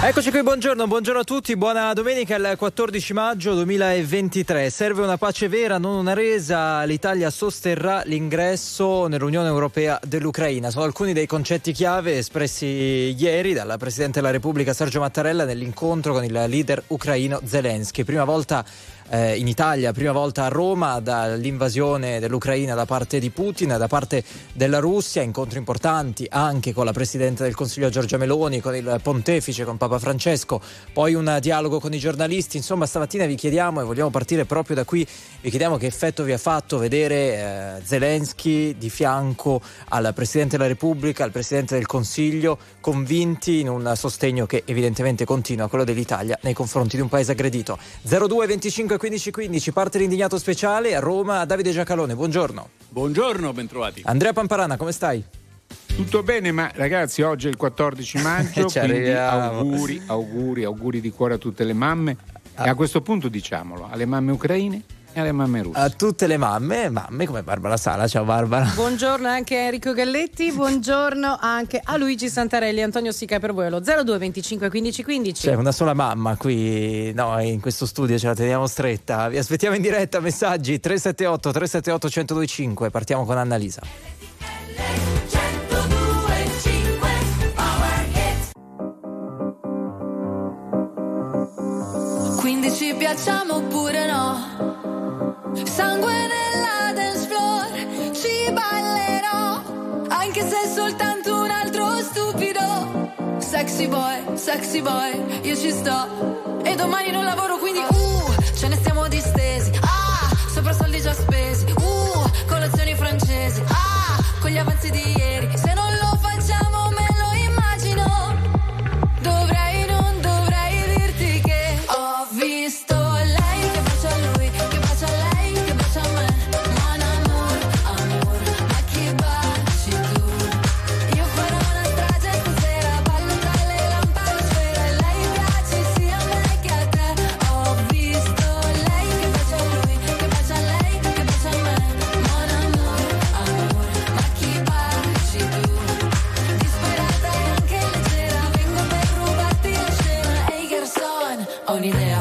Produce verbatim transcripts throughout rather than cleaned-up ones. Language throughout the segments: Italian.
Eccoci qui, buongiorno, buongiorno a tutti, buona domenica, il quattordici maggio duemilaventitré. Serve una pace vera, non una resa. L'Italia sosterrà l'ingresso nell'Unione Europea dell'Ucraina. Sono alcuni dei concetti chiave espressi ieri dal Presidente della Repubblica Sergio Mattarella nell'incontro con il leader ucraino Zelensky. Prima volta eh, in Italia, prima volta a Roma dall'invasione dell'Ucraina da parte di Putin, da parte della Russia. Incontri importanti anche con la Presidente del Consiglio Giorgia Meloni, con il Pontefice, con Papa Francesco, poi un dialogo con i giornalisti. Insomma, stamattina vi chiediamo, e vogliamo partire proprio da qui, vi chiediamo che effetto vi ha fatto vedere eh, Zelensky di fianco al Presidente della Repubblica, al Presidente del Consiglio, convinti in un sostegno che evidentemente continua, quello dell'Italia nei confronti di un paese aggredito. zero due venticinque quindici quindici, parte l'indignato speciale a Roma. Davide Giacalone, buongiorno. Buongiorno, bentrovati. Andrea Pamparana, come stai? Tutto bene, ma ragazzi, oggi è il quattordici maggio, quindi auguri, auguri, auguri di cuore a tutte le mamme. E a questo punto diciamolo, alle mamme ucraine e alle mamme russe. A tutte le mamme, mamme come Barbara Sala. Ciao Barbara. Buongiorno anche a Enrico Galletti, buongiorno anche a Luigi Santarelli. Antonio Sica per voi allo zero due venticinque quindici quindici. C'è una sola mamma qui, no, in questo studio, ce la teniamo stretta. Vi aspettiamo in diretta, messaggi tre sette otto tre sette otto uno zero due cinque. Partiamo con Annalisa. Quindi ci piacciamo oppure no? Sangue nella dance floor, ci ballerò, anche se è soltanto un altro stupido. Sexy boy, sexy boy, io ci sto. E domani non lavoro, quindi uh, ce ne stiamo distesi. Ah, sopra soldi già spesi. Uh, colazioni francesi. Ah, con gli avanzi di ieri. Se non lo facciamo me lo immagino. Dovrei, non dovrei dirti che ho visto lei che bacia a lui, che bacia a lei, che bacia a me. Mon amour, amor, ma chi baci tu? Io farò una strage stasera, ballo tra le lampade sfere. Lei piace sia a me che a te. Ho visto lei che bacia a lui, che bacia a lei, che bacia a me. Mon amour, amor, ma chi baci tu? Disperata e anche leggera, vengo per rubarti la scena. Ehi garçon, ho un'idea.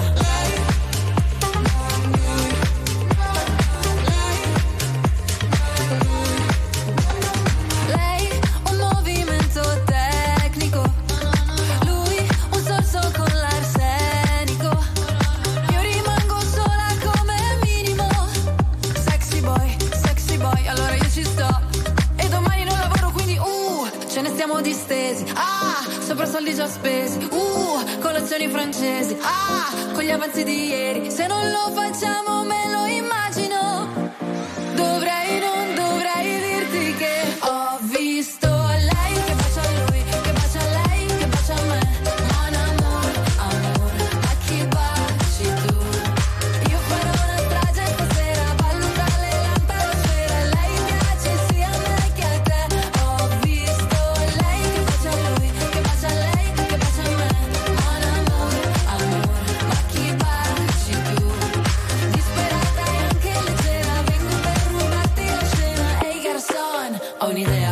Lei un movimento tecnico, lui un sorso con l'arsenico. Io rimango sola come minimo. Sexy boy, sexy boy, allora io ci sto. E domani non lavoro, quindi uh, ce ne stiamo distesi. Ah, sopra soldi già spesi. Uh, colazioni francesi. Ah, con gli avanzi di ieri. Se non lo facciamo me lo immagino. Dovrei, non dovrei dirti che ho visto lei che bacia a lui, che bacia a lei, che bacia a me. Mon amour, amor, ma chi baci tu? Io farò una strage stasera, ballo tra le lampade sfere. Lei piace sia a me che a te. Ho visto lei che bacia a lui, che bacia a lei, che bacia a me. Mon amour, amor, ma chi baci tu? Disperata e anche leggera, vengo per rubarti la scena. Ehi garçon, ho un'idea.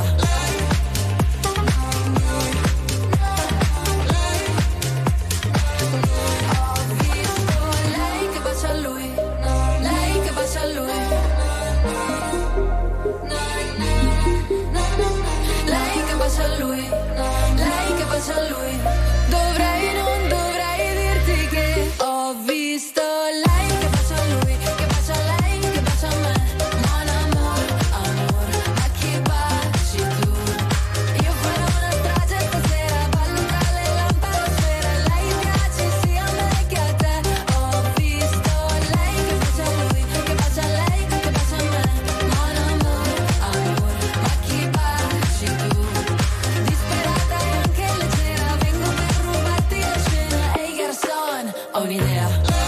Ho visto lei che bacia a lui, lei che bacia a lui. Lei che bacia a lui, lei che bacia a lui. Dovrei, non dovrei dirti che ho visto lei che bacia a lui, che bacia a lei, che bacia a me. Mon amour, amor, ma chi baci tu? Io farò una strage stasera, ballo tra le lampade sfere. Lei piace sia a me che a te. Ho visto lei che bacia a lui, che bacia a lei, che bacia a me. Mon amour, amor, ma chi baci tu? Disperata e anche leggera, vengo per rubarti la scena. Ehi garçon, ho un'idea.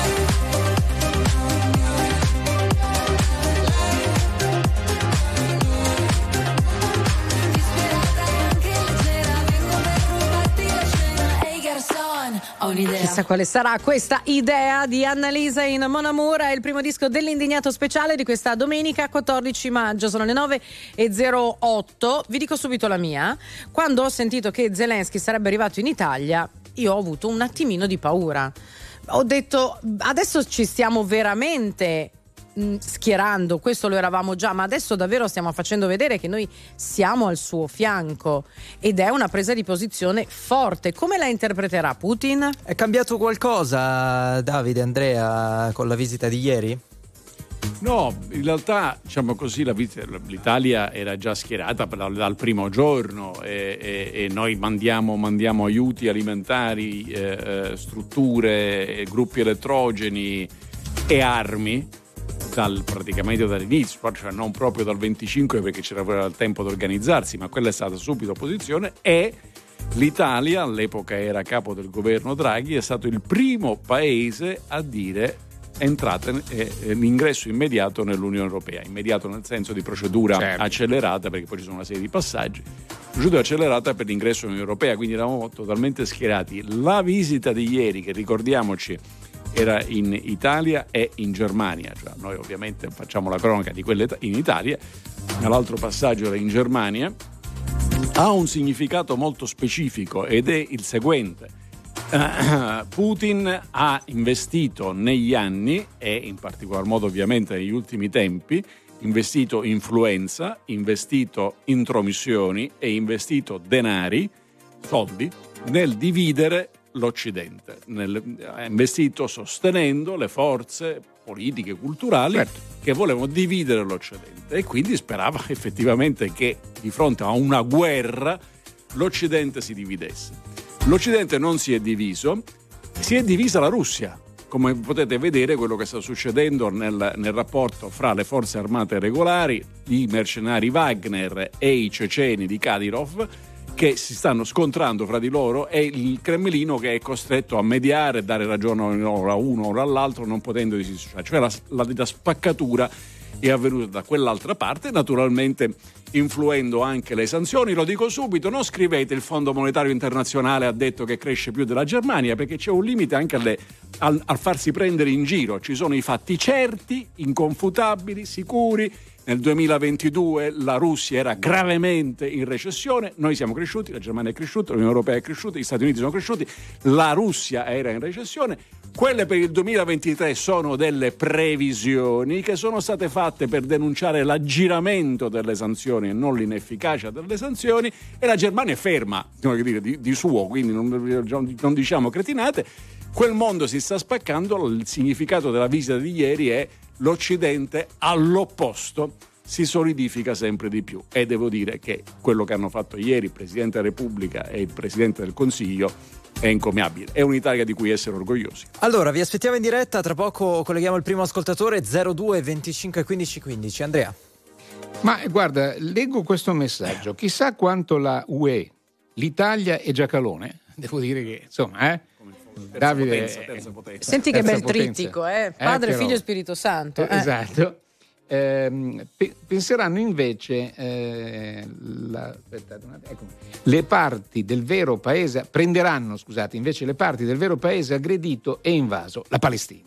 Disperata e anche leggera, vengo per rubarti la scena. Ehi garçon, ho un'idea. Chissà quale sarà questa idea di Annalisa in Mon Amour. È il primo disco dell'indignato speciale di questa domenica quattordici maggio. Sono le nove e zero otto. Vi dico subito la mia. Quando ho sentito che Zelensky sarebbe arrivato in Italia, io ho avuto un attimino di paura. Ho detto, adesso ci stiamo veramente mh, schierando, questo lo eravamo già, ma adesso davvero stiamo facendo vedere che noi siamo al suo fianco, ed è una presa di posizione forte. Come la interpreterà Putin? È cambiato qualcosa, Davide, Andrea, con la visita di ieri? No, in realtà, diciamo così, la, l'Italia era già schierata dal, dal primo giorno e, e, e noi mandiamo, mandiamo aiuti alimentari, eh, strutture, gruppi elettrogeni e armi dal, praticamente dall'inizio, cioè non proprio dal venticinque perché c'era il tempo di organizzarsi, ma quella è stata subito posizione. E l'Italia, all'epoca era capo del governo Draghi, è stato il primo paese a dire entrata eh, l'ingresso immediato nell'Unione Europea, immediato nel senso di procedura certo. accelerata, perché poi ci sono una serie di passaggi, procedura accelerata per l'ingresso nell'Unione Europea, quindi eravamo totalmente schierati. La visita di ieri, che ricordiamoci era in Italia e in Germania, cioè noi ovviamente facciamo la cronaca di quelle in Italia, ma l'altro passaggio era in Germania, ha un significato molto specifico ed è il seguente. Putin ha investito negli anni, e in particolar modo ovviamente negli ultimi tempi, investito influenza, investito intromissioni e investito denari, soldi, nel dividere l'Occidente, nel, ha investito sostenendo le forze politiche, culturali certo. che volevano dividere l'Occidente, e quindi sperava effettivamente che di fronte a una guerra l'Occidente si dividesse. L'Occidente non si è diviso, si è divisa la Russia. Come potete vedere, quello che sta succedendo nel, nel rapporto fra le forze armate regolari, i mercenari Wagner e i ceceni di Kadyrov, che si stanno scontrando fra di loro, e il Cremlino che è costretto a mediare, dare ragione ora a uno ora all'altro, non potendo dissociare. Cioè la, la, la spaccatura è avvenuta da quell'altra parte, naturalmente influendo anche le sanzioni. Lo dico subito, non scrivete il Fondo Monetario Internazionale ha detto che cresce più della Germania, perché c'è un limite anche alle, al, al farsi prendere in giro. Ci sono i fatti certi, inconfutabili, sicuri. Nel duemilaventidue la Russia era gravemente in recessione, noi siamo cresciuti, la Germania è cresciuta, l'Unione Europea è cresciuta, gli Stati Uniti sono cresciuti, la Russia era in recessione. Quelle per il duemilaventitré sono delle previsioni che sono state fatte per denunciare l'aggiramento delle sanzioni e non l'inefficacia delle sanzioni, e la Germania è ferma, dire, di, di suo, quindi non, non diciamo cretinate. Quel mondo si sta spaccando. Il significato della visita di ieri è: l'Occidente all'opposto si solidifica sempre di più, e devo dire che quello che hanno fatto ieri il Presidente della Repubblica e il Presidente del Consiglio è incommiabile, è un'Italia di cui essere orgogliosi. Allora, vi aspettiamo in diretta, tra poco colleghiamo il primo ascoltatore. Zero due venticinque quindici quindici. Andrea. Ma guarda, leggo questo messaggio: chissà quanto la U E, l'Italia e Giacalone, devo dire che insomma, eh Terza Davide, potenza, terza potenza. Senti che terza bel potenza. trittico, eh? Padre, eh, Figlio e Spirito Santo. Eh, eh. Esatto. Eh, pe- penseranno invece eh, la, aspettate, ecco, le parti del vero paese prenderanno, scusate, invece le parti del vero paese aggredito e invaso, la Palestina.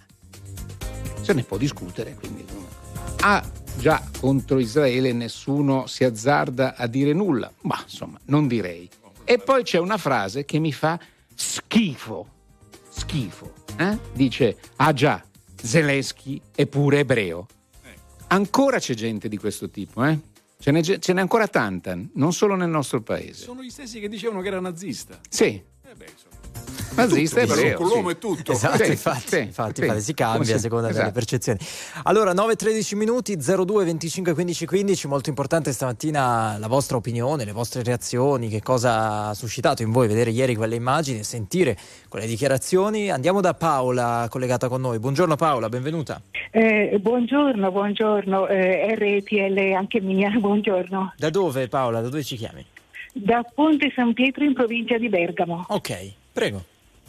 Se ne può discutere, quindi ah, già contro Israele nessuno si azzarda a dire nulla, ma insomma non direi. E poi c'è una frase che mi fa schifo. Schifo, eh? Dice: ah già, Zelensky è pure ebreo. Ancora c'è gente di questo tipo, eh? Ce n'è, ce n'è ancora tanta, non solo nel nostro paese. Sono gli stessi che dicevano che era nazista. Sì. Eh beh, insomma. Nazista è ebreo. Con l'uomo sì. è tutto. Esatto, Sì, infatti, sì, infatti, sì. infatti si cambia Sì, a seconda esatto. delle percezioni. Allora, nove e tredici minuti, zero due venticinque quindici quindici. Molto importante stamattina la vostra opinione, le vostre reazioni, che cosa ha suscitato in voi vedere ieri quelle immagini, sentire quelle dichiarazioni. Andiamo da Paola, collegata con noi. Buongiorno Paola, benvenuta. Eh, buongiorno, buongiorno, eh, R T L anche mia, buongiorno. Da dove Paola, da dove ci chiami? Da Ponte San Pietro in provincia di Bergamo. Ok, prego.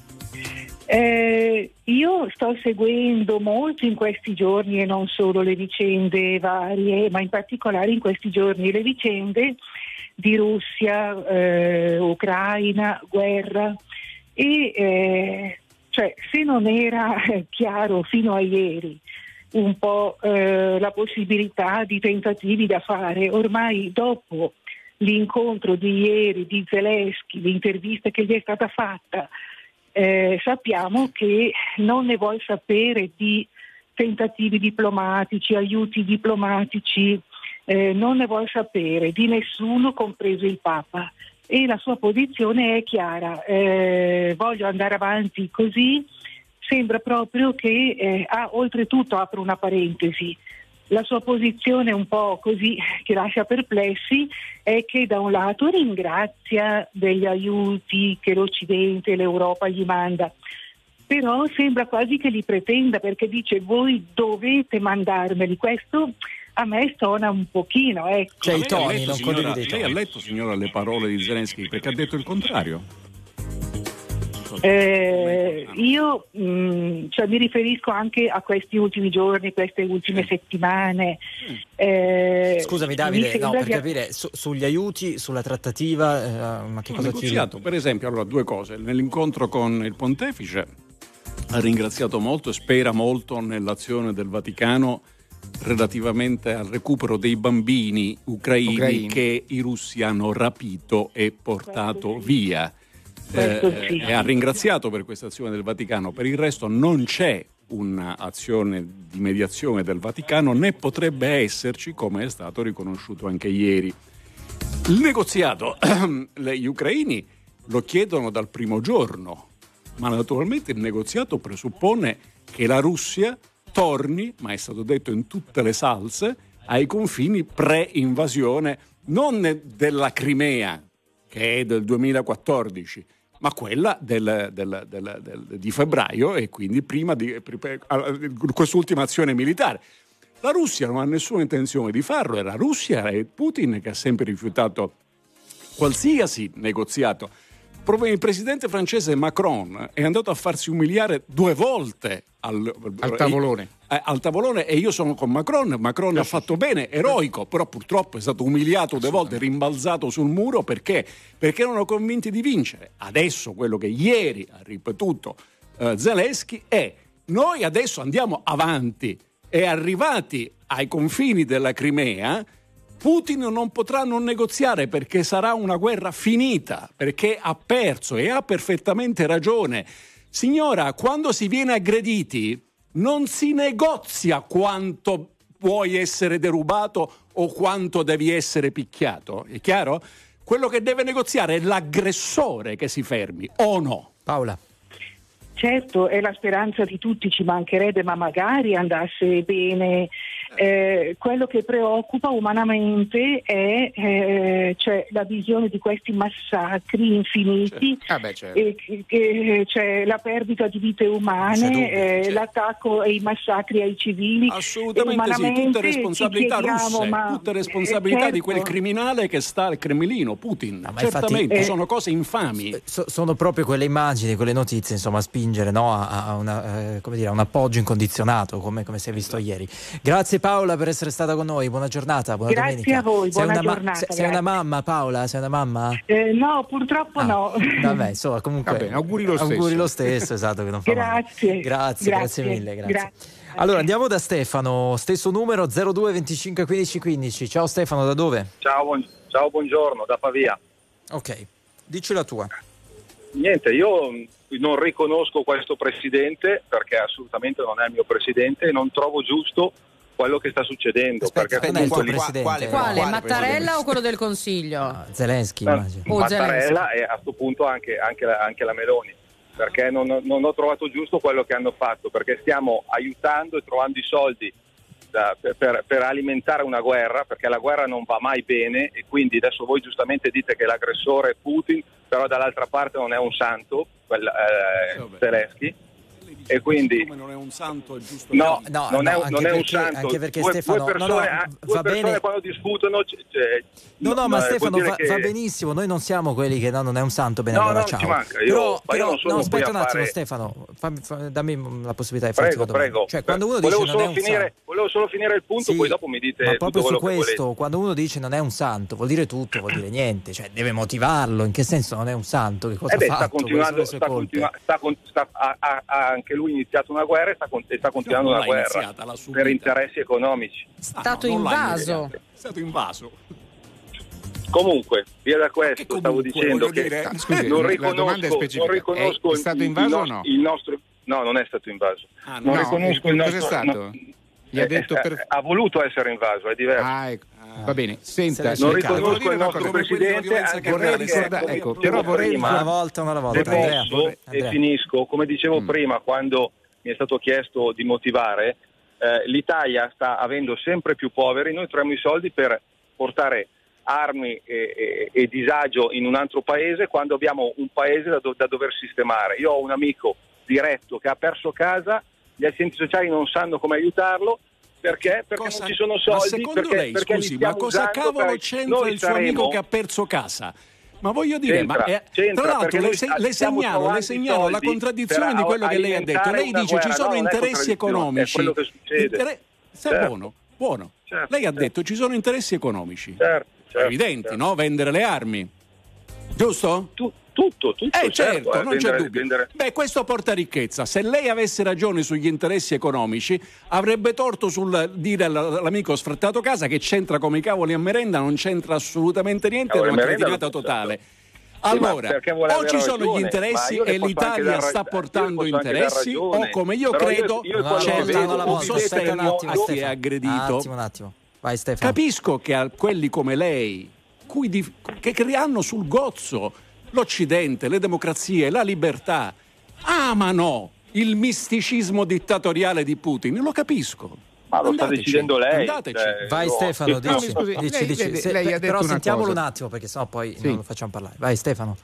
Eh, io sto seguendo molto in questi giorni, e non solo le vicende varie, ma in particolare in questi giorni le vicende di Russia, eh, Ucraina, guerra, e eh, cioè se non era chiaro fino a ieri un po' eh, la possibilità di tentativi da fare, ormai dopo l'incontro di ieri di Zelensky, l'intervista che gli è stata fatta eh, sappiamo che non ne vuol sapere di tentativi diplomatici, aiuti diplomatici, eh, non ne vuol sapere di nessuno, compreso il Papa. E la sua posizione è chiara, eh, voglio andare avanti così. Sembra proprio che, eh, ah, oltretutto apro una parentesi, la sua posizione un po' così che lascia perplessi è che da un lato ringrazia degli aiuti che l'Occidente e l'Europa gli manda, però sembra quasi che li pretenda, perché dice voi dovete mandarmeli. Questo a me stona un pochino, ecco. Cioè, i toni, letto, non signora, condivide i toni. lei ha letto, signora, le parole di Zelensky, perché ha detto il contrario? Eh, io mh, cioè, mi riferisco anche a questi ultimi giorni, queste ultime sì. settimane. Eh, Scusami Davide, no, per che... capire, su, sugli aiuti, sulla trattativa, eh, ma che No, cosa negoziato, ci... per esempio, allora due cose. Nell'incontro con il pontefice ha ringraziato molto e spera molto nell'azione del Vaticano relativamente al recupero dei bambini ucraini, Ucraini. che i russi hanno rapito e portato Questo sì. via. Questo Eh, sì. e ha ringraziato per questa azione del Vaticano. Per il resto non c'è un'azione di mediazione del Vaticano, né potrebbe esserci, come è stato riconosciuto anche ieri. Il negoziato, gli ucraini lo chiedono dal primo giorno, ma naturalmente il negoziato presuppone che la Russia torni, ma è stato detto in tutte le salse, ai confini pre-invasione, non della Crimea, che è del duemilaquattordici, ma quella del, del, del, del, di febbraio, e quindi prima di quest'ultima azione militare. La Russia non ha nessuna intenzione di farlo, è la Russia e Putin che ha sempre rifiutato qualsiasi negoziato. Proprio il presidente francese Macron è andato a farsi umiliare due volte al, al tavolone. Eh, al tavolone, e io sono con Macron. Macron eh, ha fatto sì. bene, eroico, però purtroppo è stato umiliato due volte, rimbalzato sul muro. Perché? Perché erano convinti di vincere. Adesso quello che ieri ha ripetuto eh, Zelensky è: noi adesso andiamo avanti, e arrivati ai confini della Crimea Putin non potrà non negoziare, perché sarà una guerra finita, perché ha perso, e ha perfettamente ragione. Signora, quando si viene aggrediti non si negozia quanto puoi essere derubato o quanto devi essere picchiato, è chiaro? Quello che deve negoziare è l'aggressore che si fermi, o no? Paola. Certo, è la speranza di tutti, ci mancherebbe, ma magari andasse bene. Eh, quello che preoccupa umanamente è eh, cioè la visione di questi massacri infiniti, ah beh, certo. e, e, cioè la perdita di vite umane, eh, certo. l'attacco e i massacri ai civili. Assolutamente sì, tutte responsabilità russe, ma, tutte responsabilità eh, certo. di quel criminale che sta al Cremlino, Putin. No, ma certamente, infatti, eh, sono cose infami. So, sono proprio quelle immagini, quelle notizie, insomma, a spingere, no, a, a, una, eh, come dire, a un appoggio incondizionato, come, come si è visto ieri. Grazie Paola per essere stata con noi, buona giornata, buona grazie domenica. a voi, sei buona una giornata. Ma- sei una mamma, Paola? Sei una mamma? Eh, no, purtroppo ah, no. Vabbè, insomma, comunque Vabbè, auguri lo stesso. Auguri lo stesso, esatto, che non fa grazie, male. Grazie, grazie, grazie mille, grazie. grazie. Allora andiamo da Stefano, stesso numero zero due venticinque quindici quindici. Ciao Stefano, da dove? Ciao, buon- ciao, buongiorno, da Pavia. Ok, dici la tua. Niente, io non riconosco questo presidente, perché assolutamente non è il mio presidente, e non trovo giusto quello che sta succedendo. Aspetta, perché non è il tuo comunque lì- presidente. Quale? Quale Mattarella presidente? o quello del Consiglio? Ah, Zelensky, eh, immagino. O Mattarella e a questo punto anche, anche, la, anche la Meloni, perché non, non ho trovato giusto quello che hanno fatto, perché stiamo aiutando e trovando i soldi da, per, per, per alimentare una guerra, perché la guerra non va mai bene, e quindi adesso voi giustamente dite che l'aggressore è Putin, però dall'altra parte non è un santo, quel, eh, Zelensky. E quindi come non è un santo, è giusto? no, No, non, no, è, anche non è un perché- santo. anche perché due, Stefano- due persone, no, no, ah, due va persone bene. quando discutono, cioè, No, no, no, ma eh, Stefano vuol dire va, che- va benissimo, noi non siamo quelli che no, non è un santo, bene, No, allora no, ciao. ci manca, io- però, ma io però non sono no, qui aspetta a un attimo fare- Stefano, fammi, fa- dammi la possibilità di farti Prego, una domanda. prego. Cioè, quando uno volevo dice non è solo un finire, santo, volevo solo finire il punto, Sì, poi dopo mi dite ma tutto proprio su quello che questo, volete. quando uno dice non è un santo, vuol dire tutto, vuol dire niente, cioè deve motivarlo, in che senso non è un santo, che cosa Eh beh, ha sta fatto, quali sono continuando, le sue sta colpe? continua- sta con- sta- ha, ha- ha anche lui iniziato una guerra e sta, con- e sta continuando Non una l'ha guerra iniziata, l'ha subita. per interessi economici. Ah, Stato no, non l'ha invaso. iniziata, è stato invaso. Comunque, via da questo, comunque, stavo dicendo che dire, scusi, non la riconosco, domanda è specifica. non riconosco È- è stato il- invaso il, o nos- no? il nostro. No, non è stato invaso. Ah, non no, riconosco eh, il cos'è nostro. stato? no, Gli ha eh, detto eh, per- ha voluto essere invaso, è diverso. Ah, ecco. Va bene, senta, Se non l'è cercato. riconosco il Volevo nostro dire una cosa, presidente, anche vorrei perché, ricordare- come ecco, dicevo però vorrei prima, Una volta, una volta. se Andrea, posso, vorrei- e Andrea. finisco, come dicevo Mm. prima quando mi è stato chiesto di motivare, eh, l'Italia sta avendo sempre più poveri, noi troviamo i soldi per portare armi e, e, e disagio in un altro paese quando abbiamo un paese da, do, da dover sistemare. Io ho un amico diretto che ha perso casa, gli assistenti sociali non sanno come aiutarlo, perché? Perché Cosa- non ci sono ma soldi, secondo perché, lei, perché li scusi, stiamo ma cosa usando cavolo per- c'entra noi il suo saremo- amico che ha perso casa? Ma voglio dire, C'entra, ma eh, c'entra, tra l'altro perché le, noi se- le stiamo segnalo, le trovando segnalo la soldi contraddizione per di quello che lei ha detto. alimentare Lei una dice ci guerra. sono No, non è interessi contraddizione, economici. è quello che succede. Intere- Sta Certo. buono, buono. Certo, Lei ha certo. detto ci sono interessi economici. Certo, certo, Evidenti, certo. no? Vendere le armi. Giusto? Tu- tutto, tutto. Eh certo, eh, non vendere- c'è dubbio. vendere- Beh, questo porta ricchezza. Se lei avesse ragione sugli interessi economici, avrebbe torto sul dire all'amico sfrattato casa che c'entra come i cavoli a merenda, non c'entra assolutamente niente, è Cavoli a una merenda cretinata l'ho totale. Sì, ma Allora, perché vuole o avere ci sono ragione, gli interessi ma io le e posso anche l'Italia dar- sta io le portando posso anche dar interessi, ragione. o come io Però io- credo io No, quello no, che c'è vedo- alla un volta. Aspetta un sostegno attimo, a chi è Stefano. aggredito. Un attimo, un attimo. Vai Stefano. Capisco che a quelli come lei, cui di- che, che hanno sul gozzo l'Occidente, le democrazie, la libertà, amano il misticismo dittatoriale di Putin, lo capisco. Ma lo sta Andateci, decidendo lei. andateci. cioè, Vai io- Stefano, io- dici, scusi, dici, lei- dici. lei- Se- lei ha detto però una sentiamolo cosa. un attimo perché sennò poi Sì. non lo facciamo parlare. Vai Stefano.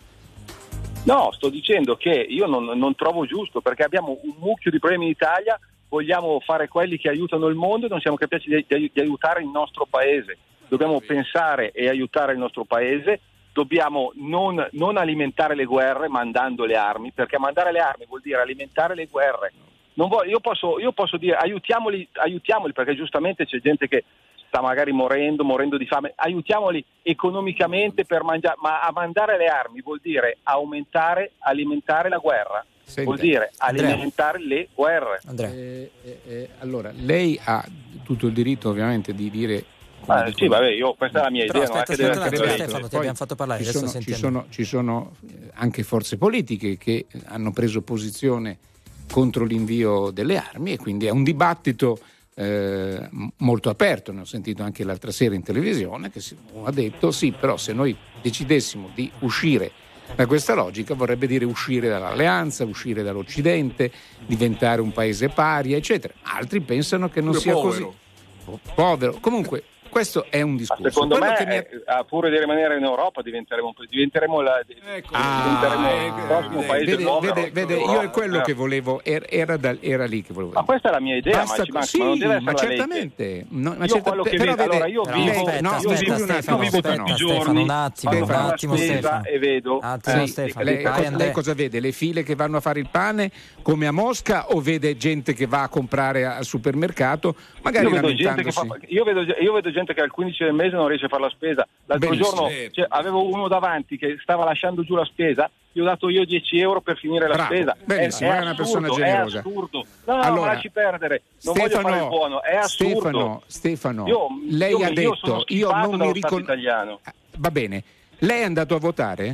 No, sto dicendo che io non, non trovo giusto, perché abbiamo un mucchio di problemi in Italia, vogliamo fare quelli che aiutano il mondo e non siamo capaci di, di, di aiutare il nostro paese. Dobbiamo pensare e aiutare il nostro paese, dobbiamo non, non alimentare le guerre mandando le armi, perché mandare le armi vuol dire alimentare le guerre. Non voglio, io, posso, io posso dire aiutiamoli, aiutiamoli, perché giustamente c'è gente che sta magari morendo, morendo di fame, aiutiamoli economicamente per mangiare, ma a mandare le armi vuol dire aumentare, alimentare la guerra, Senta, vuol dire Andrea. alimentare le guerre. Andrea. Eh, eh, eh, allora, lei ha tutto il diritto ovviamente di dire... come Ah, dicono- sì, vabbè, io questa è la mia Però idea, non è aspetta, che deve aspetta un essere attimo, lei. Stefano, ti Poi abbiamo fatto parlare, ci adesso sono, ci sentiamo. sono, ci sono eh, anche forze politiche che hanno preso posizione contro l'invio delle armi e quindi è un dibattito eh, m- molto aperto. Ne ho sentito anche l'altra sera in televisione che si- uno ha detto sì, però se noi decidessimo di uscire da questa logica vorrebbe dire uscire dall'alleanza, uscire dall'Occidente, diventare un paese paria, eccetera. Altri pensano che non Pure sia povero. così. Povero. Comunque questo è un Ma discorso. secondo Quello me, che mi ha- eh, a pure di rimanere in Europa diventeremo, un po'- diventeremo, la, Ecco. diventeremo Ah, il prossimo vede, paese Vede, povero. vede, vede, io è quello che volevo, er- era, da- era lì che volevo. Ma questa è la mia idea, Basta ma, ci manca, sì, ma non deve essere ma la legge. certamente. No, ma Io certa- quello che però vedo- vede, allora io Però vivo- aspetta, no, aspetta, scusi un Stefano, attimo, vivo aspetta, tutti i Stefano, giorni, un attimo, vado un alla attimo, spesa Stefano. e vedo Attimo, eh, Stefano. lei, Vai, co- Andrea. lei cosa vede? Le file che vanno a fare il pane come a Mosca o vede gente che va a comprare al supermercato magari Io vedo, gente che lamentandosi? fa, io, vedo, io vedo gente che al quindici del mese non riesce a fare la spesa. L'altro Benissimo. giorno cioè, avevo uno davanti che stava lasciando giù la spesa, gli ho dato io dieci euro per finire la Bravo, spesa. benissimo, è, è una persona assurdo, generosa. È assurdo. No, no, Allora, ma lasci perdere. Non voglio fare il buono, è assurdo. Stefano, Stefano, Io- lei io ha mi- io sono detto io schifato non mi dallo Stato riconosco. italiano. Va bene. Lei è andato a votare?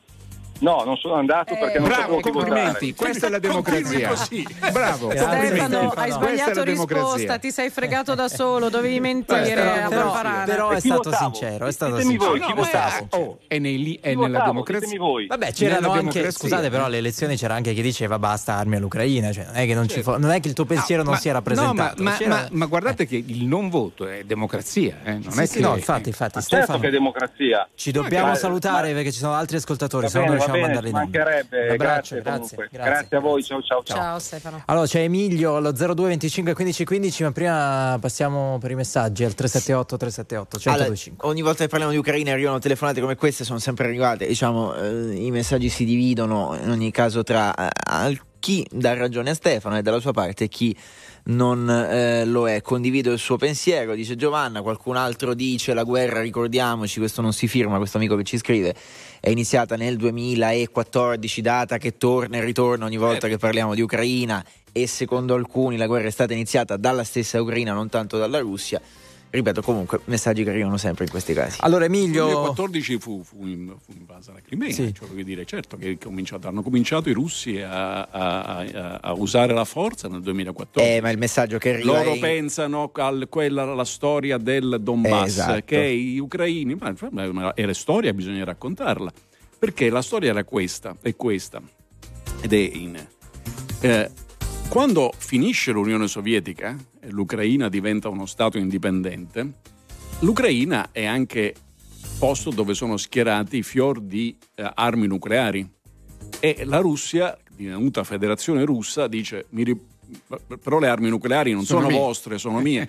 No, non sono andato perché non Bravo, sapevo chi complimenti, votare. questa è la democrazia. Così. Bravo, Grazie, complimenti. Stefano, Stefano. hai Questa è sbagliato la democrazia. risposta, ti sei fregato da solo, dovevi mentire Questa è a la però, Barbarana. però E è chi stato votavo? sincero, è stato Ditemi voi, sincero. chi No, ma è- votavo? oh, è, nei li- è Chi nella votavo? democrazia. Ditemi voi. Vabbè, c'erano Nella anche, democrazia. scusate, però alle elezioni c'era anche chi diceva basta armi all'Ucraina, cioè non è che, non ci fo- non è che il tuo pensiero non Ma- si è rappresentato. No, ma, ma- c'era- ma- ma guardate che il non voto è democrazia, eh? non Sì, è sì, che no, infatti, infatti, Ma certo Stefano, che è democrazia. ci dobbiamo Ma- salutare ma- perché ci sono altri ascoltatori, Va se no non bene, va riusciamo a bene, mandarli ci in onda. mancherebbe. Un abbraccio, Grazie, grazie, comunque. grazie, Grazie a voi, grazie. ciao ciao ciao. Ciao Stefano. Allora c'è Emilio allo zero due venticinque quindici quindici, ma prima passiamo per i messaggi al tre sette otto tre sette otto uno zero due cinque. Allora, ogni volta che parliamo di Ucraina arrivano telefonate come queste, sono sempre arrivate, diciamo, eh, i messaggi si dividono in ogni caso tra eh, al- chi dà ragione a Stefano e dalla sua parte chi non eh, lo è. Condivido il suo pensiero, dice Giovanna. Qualcun altro dice la guerra, ricordiamoci, questo non si firma, questo amico che ci scrive, è iniziata nel duemilaquattordici, data che torna e ritorna ogni volta che parliamo di Ucraina, e secondo alcuni la guerra è stata iniziata dalla stessa Ucraina, non tanto dalla Russia. ripeto, comunque messaggi che arrivano sempre in questi casi. Allora Emilio, nel duemilaquattordici fu, fu, in, fu invasa la Crimea, sì. Cioè, voglio dire, certo che cominciato, hanno cominciato i russi a, a, a, a usare la forza nel duemilaquattordici. Eh, ma il messaggio che arriva Loro è... pensano al, quella la storia del Donbass, esatto. che gli ucraini, ma, ma è la storia, bisogna raccontarla, perché la storia era questa, è questa, ed è in... Eh, quando finisce l'Unione Sovietica e l'Ucraina diventa uno Stato indipendente, l'Ucraina è anche posto dove sono schierati i fior di eh, armi nucleari, e la Russia, divenuta Federazione Russa, dice mi ri- però le armi nucleari non sono, sono vostre, sono mie.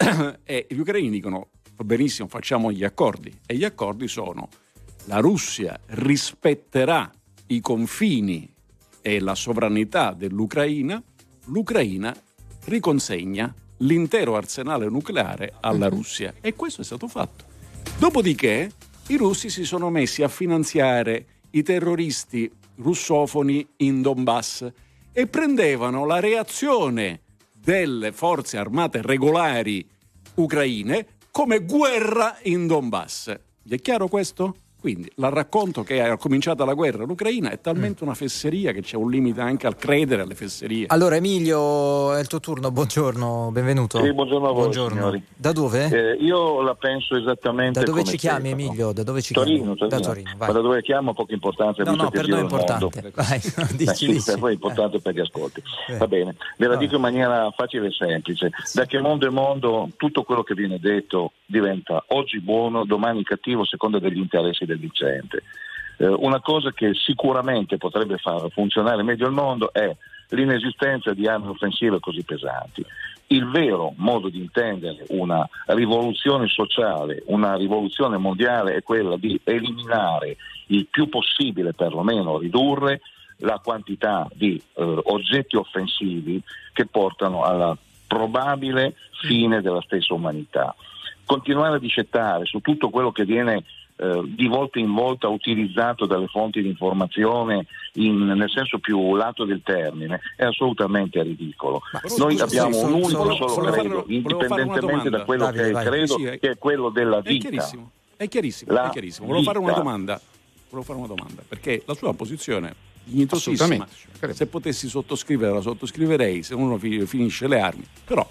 E gli ucraini dicono va benissimo, facciamo gli accordi, e gli accordi sono: la Russia rispetterà i confini e la sovranità dell'Ucraina, l'Ucraina riconsegna l'intero arsenale nucleare alla Russia, e questo è stato fatto. Dopodiché i russi si sono messi a finanziare i terroristi russofoni in Donbass e prendevano la reazione delle forze armate regolari ucraine come guerra in Donbass. Vi è chiaro questo? Quindi la racconto che è cominciata la guerra l'Ucraina è talmente una fesseria che c'è un limite anche al credere alle fesserie. Allora Emilio, è il tuo turno, buongiorno, benvenuto. Sì, buongiorno a voi, buongiorno. signori. Da dove? Eh, io la penso esattamente da dove come ci chiami Stefano. Emilio? Da dove ci Torino, chiami? Torino. Da Torino, vai. Ma da dove chiamo poca importanza. No, visto no, che per giro noi è il mondo. importante. Vai, dici, eh, sì, dici. per voi è importante per gli ascolti. Eh. Va bene, ve la Vabbè. dico in maniera facile e semplice. Sì. Da che mondo è mondo, tutto quello che viene detto diventa oggi buono, domani cattivo, a seconda degli interessi del vincente. Eh, una cosa che sicuramente potrebbe far funzionare meglio il mondo è l'inesistenza di armi offensive così pesanti. Il vero modo di intendere una rivoluzione sociale, una rivoluzione mondiale, è quella di eliminare il più possibile, perlomeno ridurre la quantità di eh, oggetti offensivi che portano alla probabile fine della stessa umanità. Continuare a discettare su tutto quello che viene eh, di volta in volta utilizzato dalle fonti di informazione in, nel senso più lato del termine è assolutamente ridicolo. Ma Noi scusa, abbiamo sì, un solo- unico solo- solo solo credo, farlo- indipendentemente da quello Davide, che vai. è credo, Sì, è- che è quello della È vita. chiarissimo, è chiarissimo, La è chiarissimo. Volevo fare una vita. domanda. Volevo fare una domanda, perché la sua posizione è dignitosissima. Assolutamente. Se potessi sottoscrivere, la sottoscriverei se uno fi- finisce le armi. Però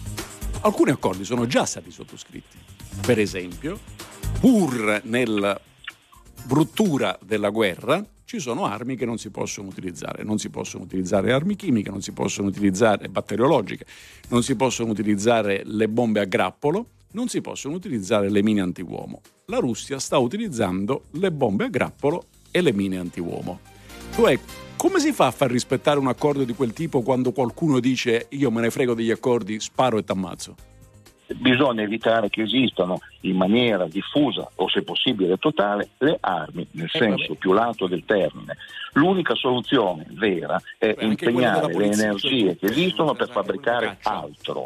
alcuni accordi sono già stati sottoscritti. Per esempio, pur nella bruttura della guerra, ci sono armi che non si possono utilizzare. Non si possono utilizzare armi chimiche, non si possono utilizzare batteriologiche, non si possono utilizzare le bombe a grappolo, non si possono utilizzare le mine antiuomo. La Russia sta utilizzando le bombe a grappolo e le mine antiuomo. Cioè, come si fa a far rispettare un accordo di quel tipo quando qualcuno dice io me ne frego degli accordi, sparo e t'ammazzo? Bisogna evitare che esistano in maniera diffusa o se possibile totale le armi, nel Eh, senso vabbè. più lato del termine. L'unica soluzione vera è Beh, anche quella impegnare della le polizia, energie cioè, che esistono per esatto, fabbricare quella caccia. altro.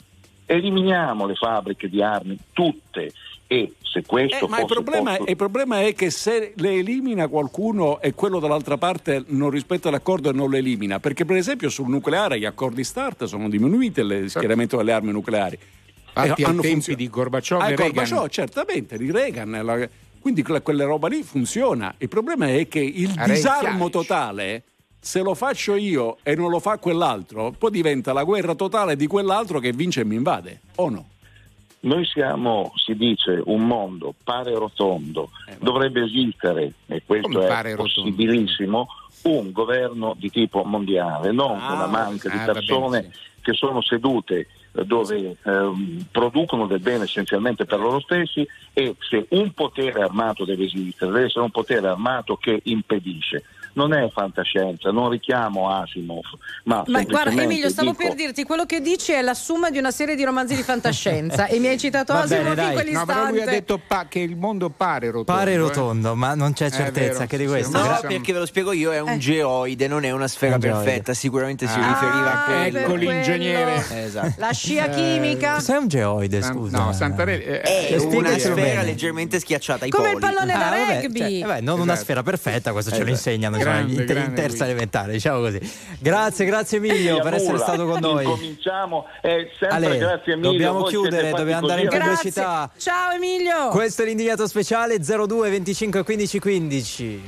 Eliminiamo le fabbriche di armi tutte, e se questo Eh, ma il fosse problema, posto- il problema è che se le elimina qualcuno e quello dall'altra parte non rispetta l'accordo e non le elimina, perché per esempio sul nucleare gli accordi START sono diminuiti, lo schieramento delle armi nucleari. Fatti Eh, ai hanno tempi funzio- di Gorbaciov Ah, e Reagan. Gorbaciov, certamente, di Reagan. la- Quindi quella, quella roba lì funziona. Il problema è che il A disarmo Reykjavik. totale, se lo faccio io e non lo fa quell'altro, poi diventa la guerra totale di quell'altro che vince e mi invade, o no? Noi siamo, si dice, un mondo pare rotondo. Eh, ma- Dovrebbe esistere, e questo Come è pare rotondo? possibilissimo, un governo di tipo mondiale, non Ah, una manca di ah, va persone bene, sì. che sono sedute eh, dove ehm, producono del bene essenzialmente per loro stessi, e se un potere armato deve esistere, deve essere un potere armato che impedisce. Non è fantascienza, non richiamo Asimov, ma, Ma guarda semplicemente Emilio, stavo dico- per dirti, quello che dici è la somma di una serie di romanzi di fantascienza e mi hai citato Va Asimov bene, in dai. No, quell'istante. però lui ha detto pa- che il mondo pare rotondo. Pare eh. rotondo, ma non c'è È certezza vero, che di sì, questo. sì, No, Gra- Gra- perché ve lo spiego io, è un Eh. geoide, non è una sfera Un geoide. perfetta, sicuramente si Ah, riferiva a per quello. ecco l'ingegnere. quello. Esatto. La scia Eh, chimica. Cos'è un geoide, San- scusa? No, Santarelli eh, È eh, spiegacelo una bene. sfera leggermente schiacciata ai Come il poli. pallone da Ah, vabbè, rugby. cioè, eh beh, non una Esatto. sfera perfetta, questo ce lo Esatto. insegnano Grande, in, grande in terza Luigi. elementare, diciamo così. Grazie, grazie Emilio per essere stato con noi. Cominciamo, eh, sempre Ale, grazie Emilio. dobbiamo voi chiudere, siete fatti dobbiamo andare in così. pubblicità. Ciao Emilio. Questo è l'indignato speciale zero due venticinque quindici quindici.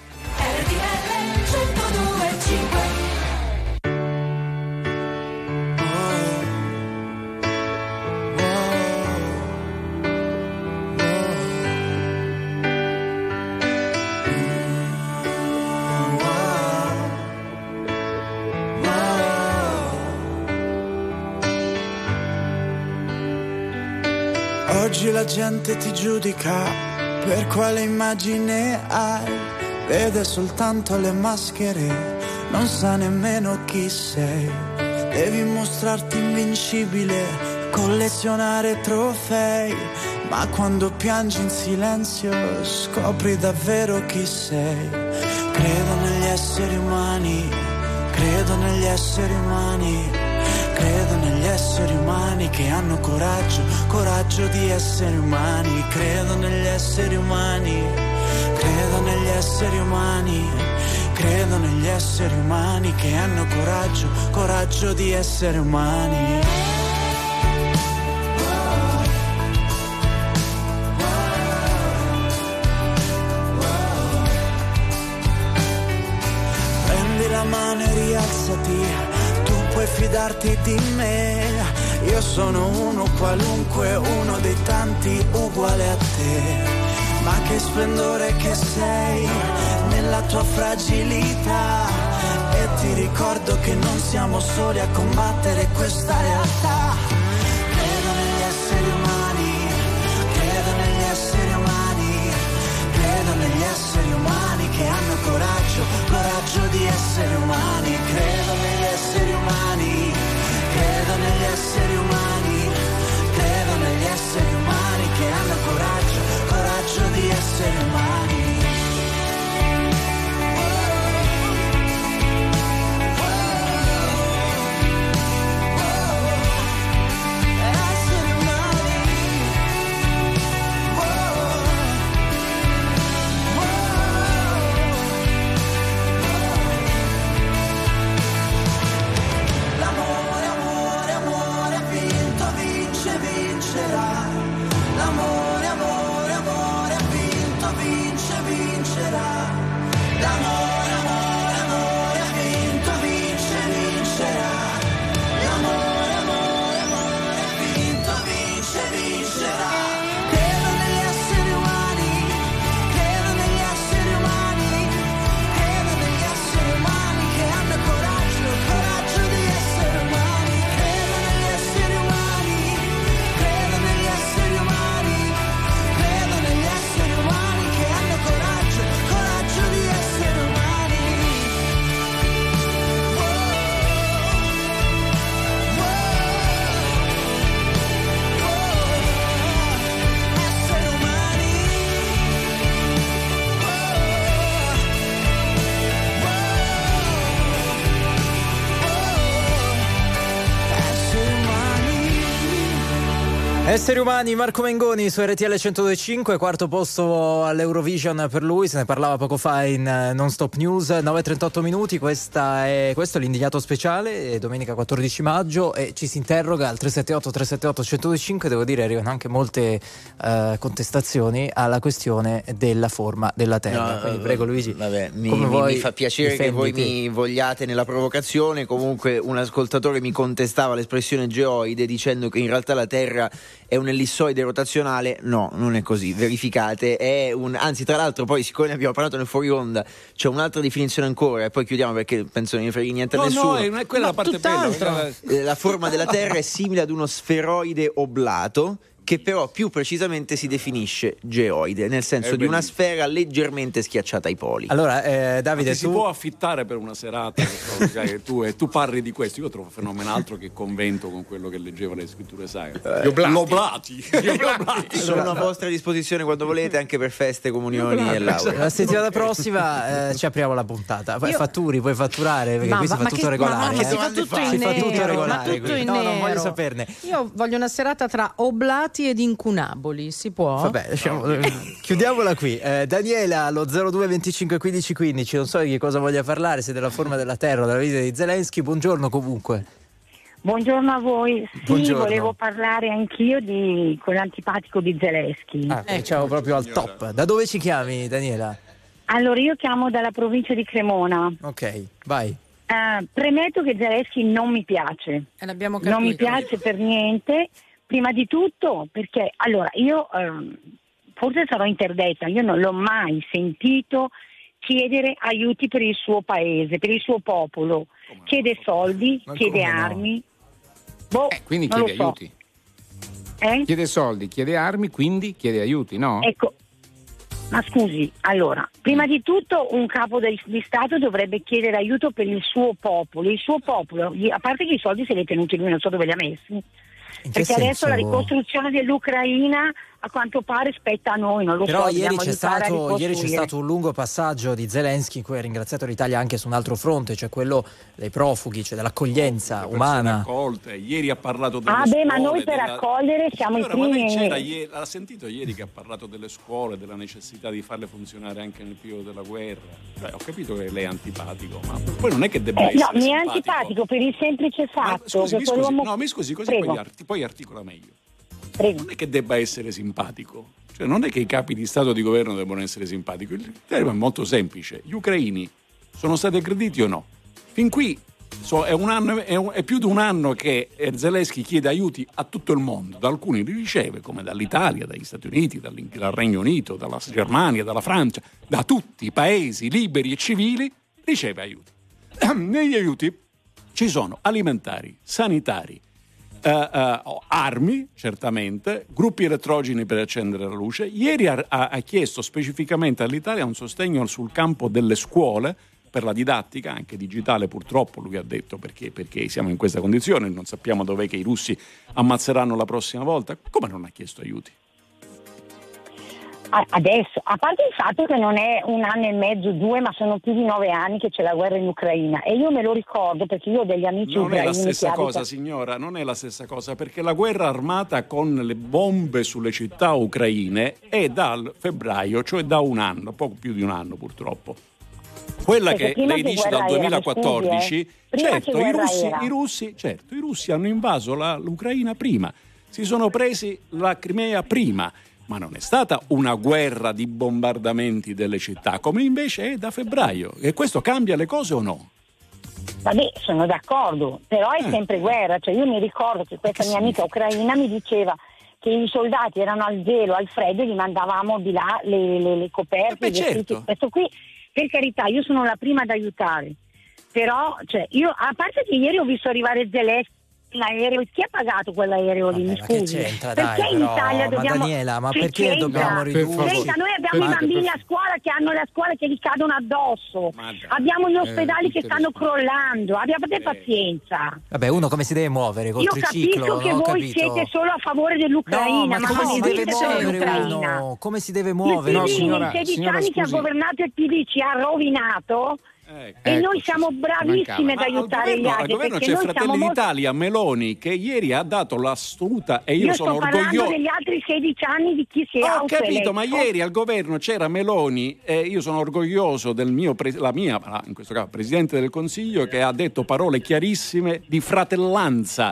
Oggi la gente ti giudica per quale immagine hai, vede soltanto le maschere, non sa nemmeno chi sei. Devi mostrarti invincibile, collezionare trofei, ma quando piangi in silenzio scopri davvero chi sei. Credo negli esseri umani, credo negli esseri umani. Credo negli esseri umani che hanno coraggio, coraggio di essere umani. Credo negli esseri umani, credo negli esseri umani. Credo negli esseri umani che hanno coraggio, coraggio di essere umani. Prendi la mano e rialzati, puoi fidarti di me, io sono uno qualunque, uno dei tanti uguale a te. Ma che splendore che sei nella tua fragilità, e ti ricordo che non siamo soli a combattere questa realtà. Credo negli esseri umani, credo negli esseri umani, credo negli esseri umani che hanno coraggio, coraggio di essere umani. Credo negli esseri umani, credo negli esseri umani, credo negli esseri umani che hanno coraggio, coraggio di essere umani. Esseri umani, Marco Mengoni su R T L centodue e cinque, quarto posto all'Eurovision per lui, se ne parlava poco fa in Non Stop News. Nove e trentotto minuti, questa è, questo è l'indignato speciale, è domenica quattordici maggio, e ci si interroga al tre sette otto tre sette otto centodue e cinque. Devo dire arrivano anche molte uh, contestazioni alla questione della forma della terra. No, Quindi prego Luigi, vabbè, mi, come mi, vuoi, mi fa piacere che voi mi vogliate nella provocazione. Comunque un ascoltatore mi contestava l'espressione geoide dicendo che in realtà la terra è un ellissoide rotazionale. No, non è così, verificate. È un, anzi, tra l'altro, poi siccome ne abbiamo parlato nel fuori onda, c'è un'altra definizione ancora, e poi chiudiamo perché penso non ne freghi niente a no, nessuno. No, non è quella no, la parte bella. La... la forma della terra è simile ad uno sferoide oblato, che però più precisamente si definisce geoide, nel senso È di una bellissimo. sfera leggermente schiacciata ai poli. Allora, eh, Davide, Ma ti tu... si può affittare per una serata che tu, e tu parli di questo. Io trovo fenomenale, altro che convento con quello che leggevo le scritture sacre. Gli oblati. L'oblati. Gli oblati. Sono a vostra disposizione quando volete, anche per feste, comunioni e lauree. La settimana prossima eh, ci apriamo la puntata. Poi Io- fatturi, puoi fatturare, perché Ma qui va- si fa ma tutto che- regolare. ma no, eh. si fa tutto in Si fa tutto nero, regolare. ma tutto quindi. in No, non nero. voglio saperne. Io voglio una serata tra oblati Inculati ed incunaboli, si può? Vabbè, lasciamo, chiudiamola qui. Eh, Daniela allo zero due venticinque quindici quindici, non so di che cosa voglia parlare, se della forma della terra o della vita di Zelensky. Buongiorno comunque. Buongiorno a voi. Sì, Buongiorno. volevo parlare anch'io di quell'antipatico di Zelensky. Ah, diciamo proprio al top. Da dove ci chiami, Daniela? Allora, io chiamo dalla provincia di Cremona. Ok, vai. Uh, premetto che Zelensky non mi piace. E l'abbiamo capito. Non mi piace per niente. Prima di tutto perché, allora, io uh, forse sarò interdetta, io non l'ho mai sentito chiedere aiuti per il suo paese, per il suo popolo. Come chiede no? soldi, Ma chiede armi. No? Boh, eh, quindi non chiede lo so. aiuti. Eh? Chiede soldi, chiede armi, quindi chiede aiuti, no? Ecco, ma scusi, allora, prima di tutto un capo del- di Stato dovrebbe chiedere aiuto per il suo popolo. Il suo popolo, gli- a parte che i soldi se li ha tenuti lui, non so dove li ha messi. In che Perché adesso senso? la ricostruzione dell'Ucraina a quanto pare spetta a noi, non lo Però so. ieri dobbiamo c'è, aiutare a stato, ieri c'è ricostruire. stato un lungo passaggio di Zelensky in cui ha ringraziato l'Italia anche su un altro fronte, cioè quello dei profughi, cioè dell'accoglienza Le persone umana. accolte. Ieri ha parlato delle Ah scuole. beh, ma noi per della... accogliere siamo Signora, i ma primi. lei c'era ieri, ha sentito ieri che ha parlato delle scuole, della necessità di farle funzionare anche nel periodo della guerra? Cioè, ho capito che lei è antipatico, ma poi non è che debba Eh, essere no, mi è simpatico. antipatico per il semplice Ma, fatto scusi, che mi scusi, quell'uomo... no, mi scusi, così Prego. poi, arti- poi articola meglio. Prego. Non è che debba essere simpatico, cioè non è che i capi di Stato e di governo debbano essere simpatici, il tema è molto semplice: gli ucraini sono stati aggrediti o no? Fin qui so, è, un anno, è, un, è più di un anno che Zelensky chiede aiuti a tutto il mondo, da alcuni li riceve come dall'Italia, dagli Stati Uniti, dal Regno Unito, dalla Germania, dalla Francia, da tutti i paesi liberi e civili riceve aiuti. Negli aiuti ci sono alimentari, sanitari, Uh, uh, armi, certamente, gruppi elettrogeni per accendere la luce. Ieri ha, ha, ha chiesto specificamente all'Italia un sostegno sul campo delle scuole per la didattica, anche digitale purtroppo, lui ha detto, perché, perché siamo in questa condizione, non sappiamo dov'è che i russi ammazzeranno la prossima volta. Come non ha chiesto aiuti? Adesso, a parte il fatto che non è un anno e mezzo, due, ma sono più di nove anni che c'è la guerra in Ucraina e io me lo ricordo perché io ho degli amici non ucraini. Non è la stessa che cosa, abitano... signora, non è la stessa cosa, perché la guerra armata con le bombe sulle città ucraine è dal febbraio, cioè da un anno, poco più di un anno purtroppo. Quella perché che lei che dice dal duemilaquattordici, scusi, eh? certo, i russi, i, russi, certo, i russi hanno invaso la, l'Ucraina prima, si sono presi la Crimea prima, ma non è stata una guerra di bombardamenti delle città, come invece è da febbraio. E questo cambia le cose o no? Vabbè, sono d'accordo, però è Eh. sempre guerra. Cioè io mi ricordo che questa Che mia amica ucraina mi diceva che i soldati erano al gelo, al freddo e gli mandavamo di là le, le, le coperte, Eh beh, i vestiti. certo. Questo qui, per carità, io sono la prima ad aiutare. Però, cioè, io, a parte che ieri ho visto arrivare Zelensky in aereo, chi ha pagato quell'aereo lì? Mi Vabbè, ma che scusi? c'entra, Perché dai, in però, Italia ma dobbiamo... Daniela, ma che perché c'entra? dobbiamo ridurci? Senta, noi abbiamo Ma- i bambini a scuola che hanno le scuole che gli cadono addosso, Ma dai. abbiamo gli Eh, ospedali che tutte le stanno scuole. crollando, abbiate pazienza. Vabbè, uno come si deve muovere col Io triciclo? capisco che non ho voi capito. siete solo a favore dell'Ucraina, No, ma ma come non si deve dite solo muovere l'Ucraina. uno? Come si deve Il muovere? P D No, signora- in sedici signora, anni che ha scusi. governato il P D ci ha rovinato Ecco. e Ecco, noi sì, siamo sì, bravissime ad Ma al aiutare gli governo, al altri governo perché c'è noi Fratelli siamo molto... d'Italia, Meloni, che ieri ha dato l'assoluta, e io, Io sono sto parlando orgoglioso. degli altri sedici anni di chi si è Ho capito, autoeletto. ma ieri al governo c'era Meloni e io sono orgoglioso del mio, pre- la mia, in questo caso, Presidente del Consiglio, che ha detto parole chiarissime di fratellanza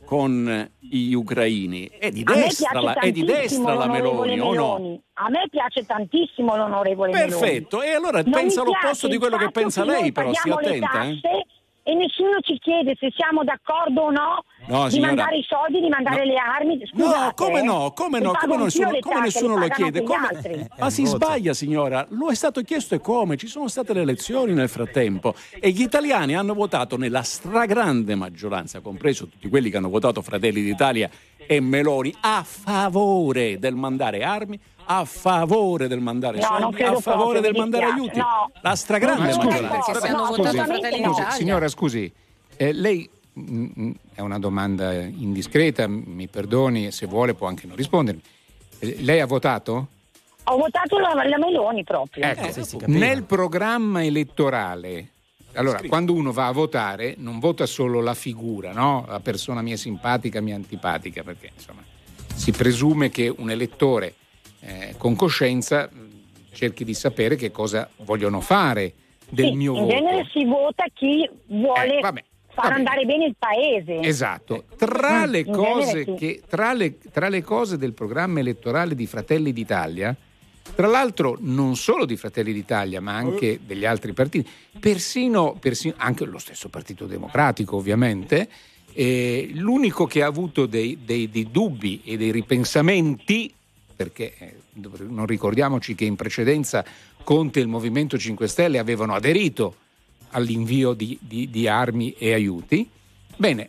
con gli ucraini. È di A me destra, piace la, è di tantissimo destra la l'onorevole Meloni, o no? Meloni. A me piace tantissimo l'onorevole Meloni. Perfetto, e allora Non pensa mi l'opposto piace di quello il che fatto pensa che lei, noi però stia paghiamo le attenta. Eh? tasse e nessuno ci chiede se siamo d'accordo o no, No, di signora. mandare i soldi, di mandare No. le armi. No, Scusate, come eh. no, come Le no, pago come anch'io nessuno, le come tasse, nessuno le lo pagano chiede. anche gli Come... altri. Ma si sbaglia, signora, lo è stato chiesto e come? Ci sono state le elezioni nel frattempo e gli italiani hanno votato nella stragrande maggioranza, compreso tutti quelli che hanno votato Fratelli d'Italia e Meloni, a favore del mandare armi, a favore del mandare No, non soldi, credo a favore proprio, del mi mandare dispiace, aiuti. no. La stragrande Ma scusi, maggioranza. perché se hanno No, votato assolutamente Fratelli no. Scusi, d'Italia. signora, scusi, eh, lei mm, mm, è una domanda indiscreta, mi perdoni, se vuole può anche non rispondermi. Eh, lei ha votato? Ho votato la, la Meloni proprio. Ecco, Eh, sì, si capiva. nel programma elettorale, allora, quando uno va a votare non vota solo la figura, no? La persona mi è simpatica, mi è antipatica, perché insomma si presume che un elettore eh, con coscienza cerchi di sapere che cosa vogliono fare del sì, mio in voto. In genere si vota chi vuole eh, vabbè, far vabbè. andare bene il paese. Esatto. Tra le in cose sì. che tra le, tra le cose del programma elettorale di Fratelli d'Italia, tra l'altro non solo di Fratelli d'Italia, ma anche degli altri partiti, persino, persino anche lo stesso Partito Democratico, ovviamente, eh, l'unico che ha avuto dei, dei, dei dubbi e dei ripensamenti, perché eh, non ricordiamoci che in precedenza Conte e il Movimento cinque Stelle avevano aderito all'invio di, di, di armi e aiuti. Bene,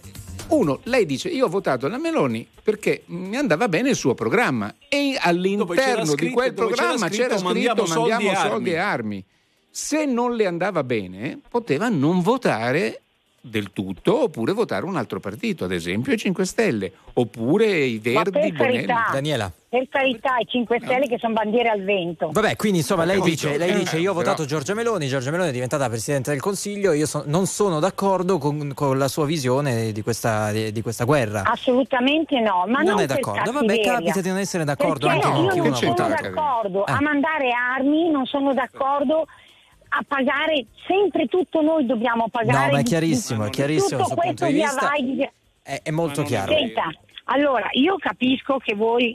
uno, lei dice io ho votato la Meloni perché mi andava bene il suo programma e all'interno scritto, di quel programma c'era scritto, c'era scritto mandiamo, mandiamo soldi, soldi e armi. Se non le andava bene poteva non votare del tutto, oppure votare un altro partito, ad esempio i cinque Stelle, oppure i Verdi, Bonelli. Daniela. Per carità, i cinque Stelle che sono bandiere al vento. Vabbè, quindi insomma lei dice, lei dice io ho Però... votato Giorgia Meloni, Giorgia Meloni è diventata Presidente del Consiglio, io so, non sono d'accordo con, con la sua visione di questa, di, di questa guerra. Assolutamente no, ma non, non è per d'accordo, vabbè, capita di non essere d'accordo perché anche con chi io uno non sono vota. d'accordo Eh. a mandare armi, non sono d'accordo a pagare, sempre tutto noi dobbiamo pagare. No, ma è chiarissimo, è chiarissimo il suo punto di vista. Di... È, è molto chiaro. Senta, allora, io capisco che voi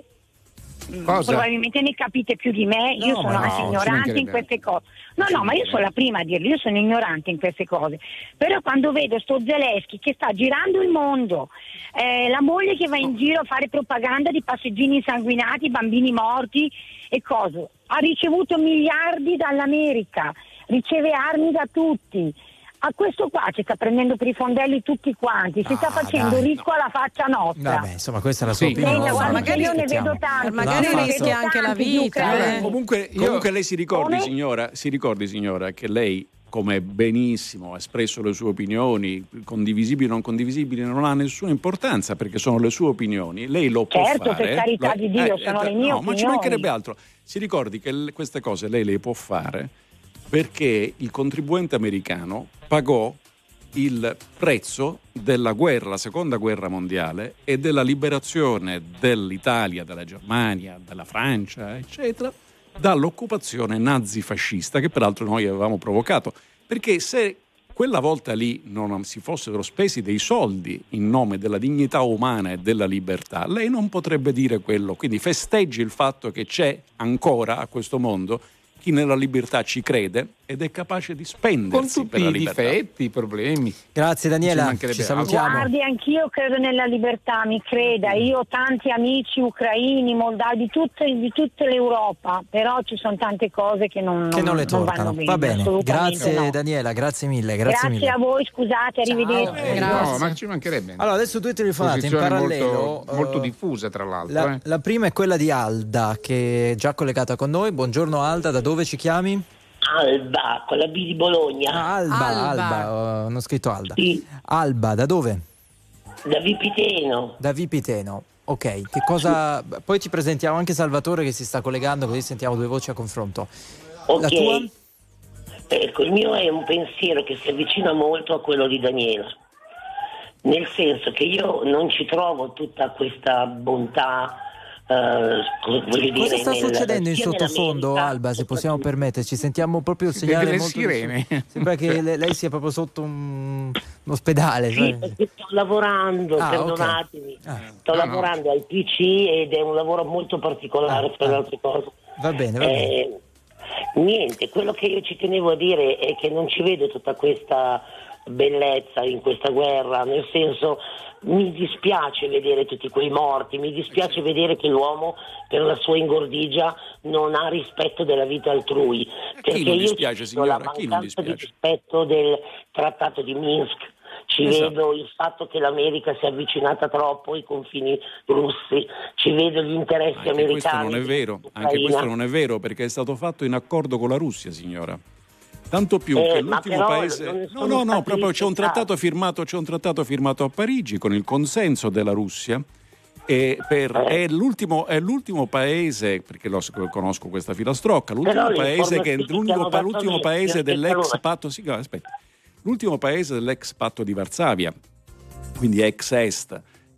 Cosa? probabilmente ne capite più di me, io No, sono ma anche no, ignorante in queste cose. No, no, ma io sono la prima a dirlo, io sono ignorante in queste cose. Però quando vedo sto Zelensky che sta girando il mondo, eh, la moglie che va in giro a fare propaganda di passeggini insanguinati, bambini morti e cose, ha ricevuto miliardi dall'America, riceve armi da tutti. A questo qua ci sta prendendo per i fondelli tutti quanti, si Ah, sta facendo dai, ricco alla faccia nostra. Vabbè, insomma, questa è la sua Sì. opinione. Senta, guarda, magari io ne aspettiamo. vedo tanti. Magari No, rischia vedo anche la tanti di vita, ucraini. eh. Comunque, Io- comunque lei si ricordi, Come? signora, si ricordi, signora, che lei, come benissimo ha espresso le sue opinioni, condivisibili o non condivisibili, non ha nessuna importanza perché sono le sue opinioni. Lei lo può Certo, fare. per carità Lo- di Dio, sono le mie no, opinioni. ma ci mancherebbe altro. Si ricordi che l- queste cose lei le può fare perché il contribuente americano pagò il prezzo della guerra, la seconda guerra mondiale e della liberazione dell'Italia, della Germania, della Francia, eccetera, dall'occupazione nazifascista che peraltro noi avevamo provocato. Perché se quella volta lì non si fossero spesi dei soldi in nome della dignità umana e della libertà, lei non potrebbe dire quello. Quindi festeggi il fatto che c'è ancora a questo mondo chi nella libertà ci crede ed è capace di con spendersi tutti per la i libertà. difetti, i problemi. Grazie Ci Daniela, mancherebbe ci salutiamo. Guardi, anch'io credo nella libertà, mi creda, io ho tanti amici ucraini, moldavi, di, tutte, di tutta l'Europa, però ci sono tante cose che non, Che non le non tornano. vanno bene. Va bene, assolutamente grazie no. Daniela, grazie mille, grazie, Grazie mille. a voi, scusate, arrivederci. Eh, Grazie. no, ma ci mancherebbe. Allora, adesso due telefonate in Posizione parallelo. molto, molto eh, diffusa, tra l'altro. La, eh. la prima è quella di Alda, che è già collegata con noi. Buongiorno Alda, da dove ci chiami? Alba, con la B di Bologna. Ah, Alba, Alba. Alba, oh, non ho scritto Alda. Sì, Alba, da dove? da Vipiteno. Da Vipiteno. Ok, che cosa... Poi ci presentiamo anche Salvatore che si sta collegando, così sentiamo due voci a confronto. Ok. La tua? Ecco, il mio è un pensiero che si avvicina molto a quello di Daniela. Nel senso che io non ci trovo tutta questa bontà. Uh, voglio Cosa dire, sta nel- succedendo in sia sottofondo, nell'America, Alba, se possiamo permetterci? Sentiamo proprio il Sì, segnale delle molto... sirene. Sembra che le- lei sia proprio sotto un, un ospedale. Sì, sai? perché sto lavorando, Ah, perdonatemi, ok. Ah. sto No, no. lavorando al P C ed è un lavoro molto particolare Ah, per ah. altre cose. Va bene, va bene. Eh, niente, quello che io ci tenevo a dire è che non ci vedo tutta questa bellezza in questa guerra, nel senso mi dispiace vedere tutti quei morti, mi dispiace vedere che l'uomo per la sua ingordigia non ha rispetto della vita altrui, perché non io dispiace, ci vedo la signora? A chi non mancanza di dispiace? rispetto del trattato di Minsk, ci Esatto. vedo il fatto che l'America si è avvicinata troppo ai confini russi, ci vedo gli interessi Anche questo americani. non è vero, anche Ucraina. questo non è vero perché è stato fatto in accordo con la Russia, signora. Tanto più Eh, che ma l'ultimo però paese. non No, sono no, no, stati proprio c'è un rispettati. trattato firmato, c'è un trattato firmato a Parigi con il consenso della Russia. E per, è, l'ultimo, è l'ultimo paese, perché lo conosco questa filastrocca, l'ultimo Però le paese che informazioni l'unico, che hanno dato l'ultimo a me, paese io dell'ex aspetta, patto, sì, no, aspetta, l'ultimo paese dell'ex patto di Varsavia, quindi ex est, che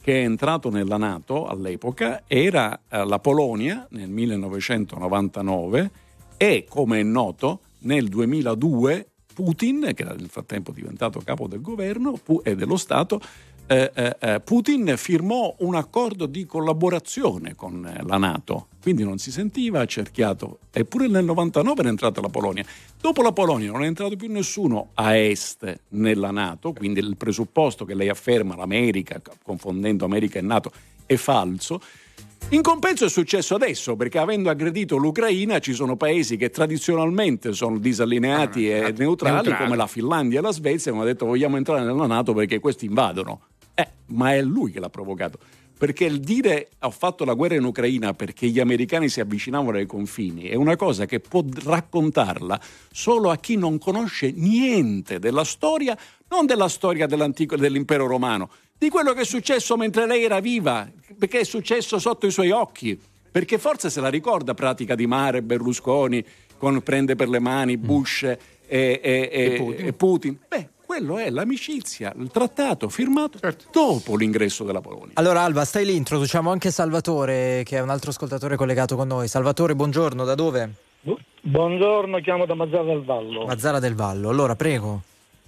che è entrato nella NATO all'epoca era eh, la Polonia nel millenovecentonovantanove e, come è noto, nel duemiladue Putin, che era nel frattempo diventato capo del governo e dello Stato, eh, eh, Putin firmò un accordo di collaborazione con la NATO, quindi non si sentiva accerchiato. Eppure nel novantanove era entrata la Polonia. Dopo la Polonia non è entrato più nessuno a est nella NATO, quindi il presupposto che lei afferma l'America, confondendo America e NATO, è falso. In compenso è successo adesso, perché avendo aggredito l'Ucraina ci sono paesi che tradizionalmente sono disallineati e neutrali, neutrali, come la Finlandia e la Svezia, che hanno detto vogliamo entrare nella NATO perché questi invadono. Eh, ma è lui che l'ha provocato. Perché il dire ho fatto la guerra in Ucraina perché gli americani si avvicinavano ai confini è una cosa che può raccontarla solo a chi non conosce niente della storia, non della storia dell'antico dell'impero romano, di quello che è successo mentre lei era viva, perché è successo sotto i suoi occhi, perché forse se la ricorda Pratica di Mare, Berlusconi, con prende per le mani Bush e, e, e, e Putin. E Putin. Beh, quello è l'amicizia, il trattato firmato certo. dopo l'ingresso della Polonia. Allora Alba, stai lì, introduciamo anche Salvatore, che è un altro ascoltatore collegato con noi. Salvatore, buongiorno, da dove? Buongiorno, chiamo da Mazzara del Vallo. Mazzara del Vallo, allora prego.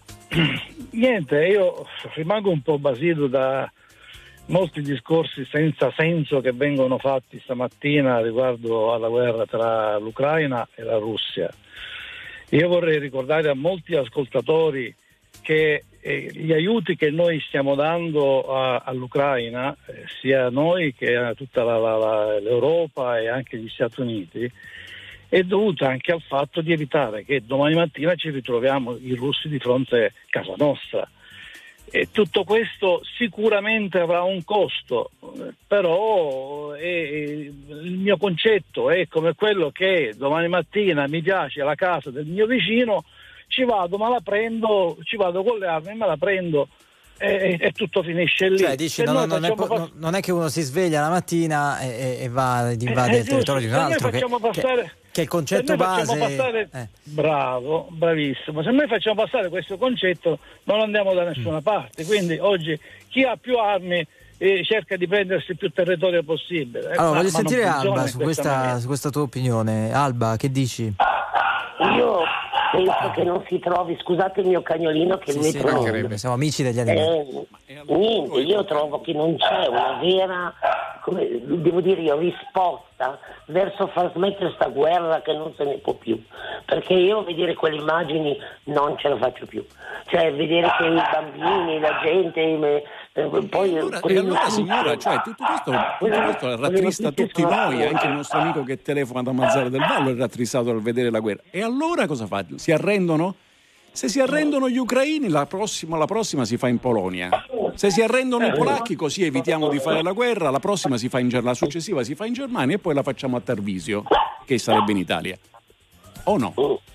Niente, io rimango un po' basito da molti discorsi senza senso che vengono fatti stamattina riguardo alla guerra tra l'Ucraina e la Russia. Io vorrei ricordare a molti ascoltatori che eh, gli aiuti che noi stiamo dando a, all'Ucraina, eh, sia noi che a tutta la, la, la, l'Europa e anche gli Stati Uniti, è dovuta anche al fatto di evitare che domani mattina ci ritroviamo i russi di fronte a casa nostra. E tutto questo sicuramente avrà un costo, però è, il mio concetto è come quello che domani mattina mi piace la casa del mio vicino, ci vado, ma la prendo, ci vado con le armi, ma la prendo e, e tutto finisce lì. Cioè dici, no, no, non, è po- pass- non è che uno si sveglia la mattina e, e va ad invadere il territorio di un altro, che, passare, che, che è il concetto base. Passare, eh. Bravo, bravissimo. Se noi facciamo passare questo concetto non andiamo da nessuna mm. parte, quindi oggi chi ha più armi eh, cerca di prendersi più territorio possibile. Allora ma, voglio ma sentire Alba su questa, su questa tua opinione. Alba, che dici? Io penso che non si trovi, scusate il mio cagnolino che sì, mi sì, trovo. Siamo amici degli animali. Eh, niente, io trovo che non c'è una vera, come devo dire io, risposta verso far smettere sta guerra che non se ne può più, perché io vedere quelle immagini non ce la faccio più, cioè vedere che i bambini, la gente eh, poi e allora, e allora signora, cioè tutto questo, tutto questo rattrista tutti noi, anche il nostro amico che telefona da Mazzara del Vallo è rattristato dal vedere la guerra. E allora cosa fa? Si arrendono? Se si arrendono gli ucraini, la prossima, la prossima si fa in Polonia. Se si arrendono i polacchi, così evitiamo di fare la guerra, la prossima si fa in Germania, la successiva si fa in Germania e poi la facciamo a Tarvisio, che sarebbe in Italia. O no?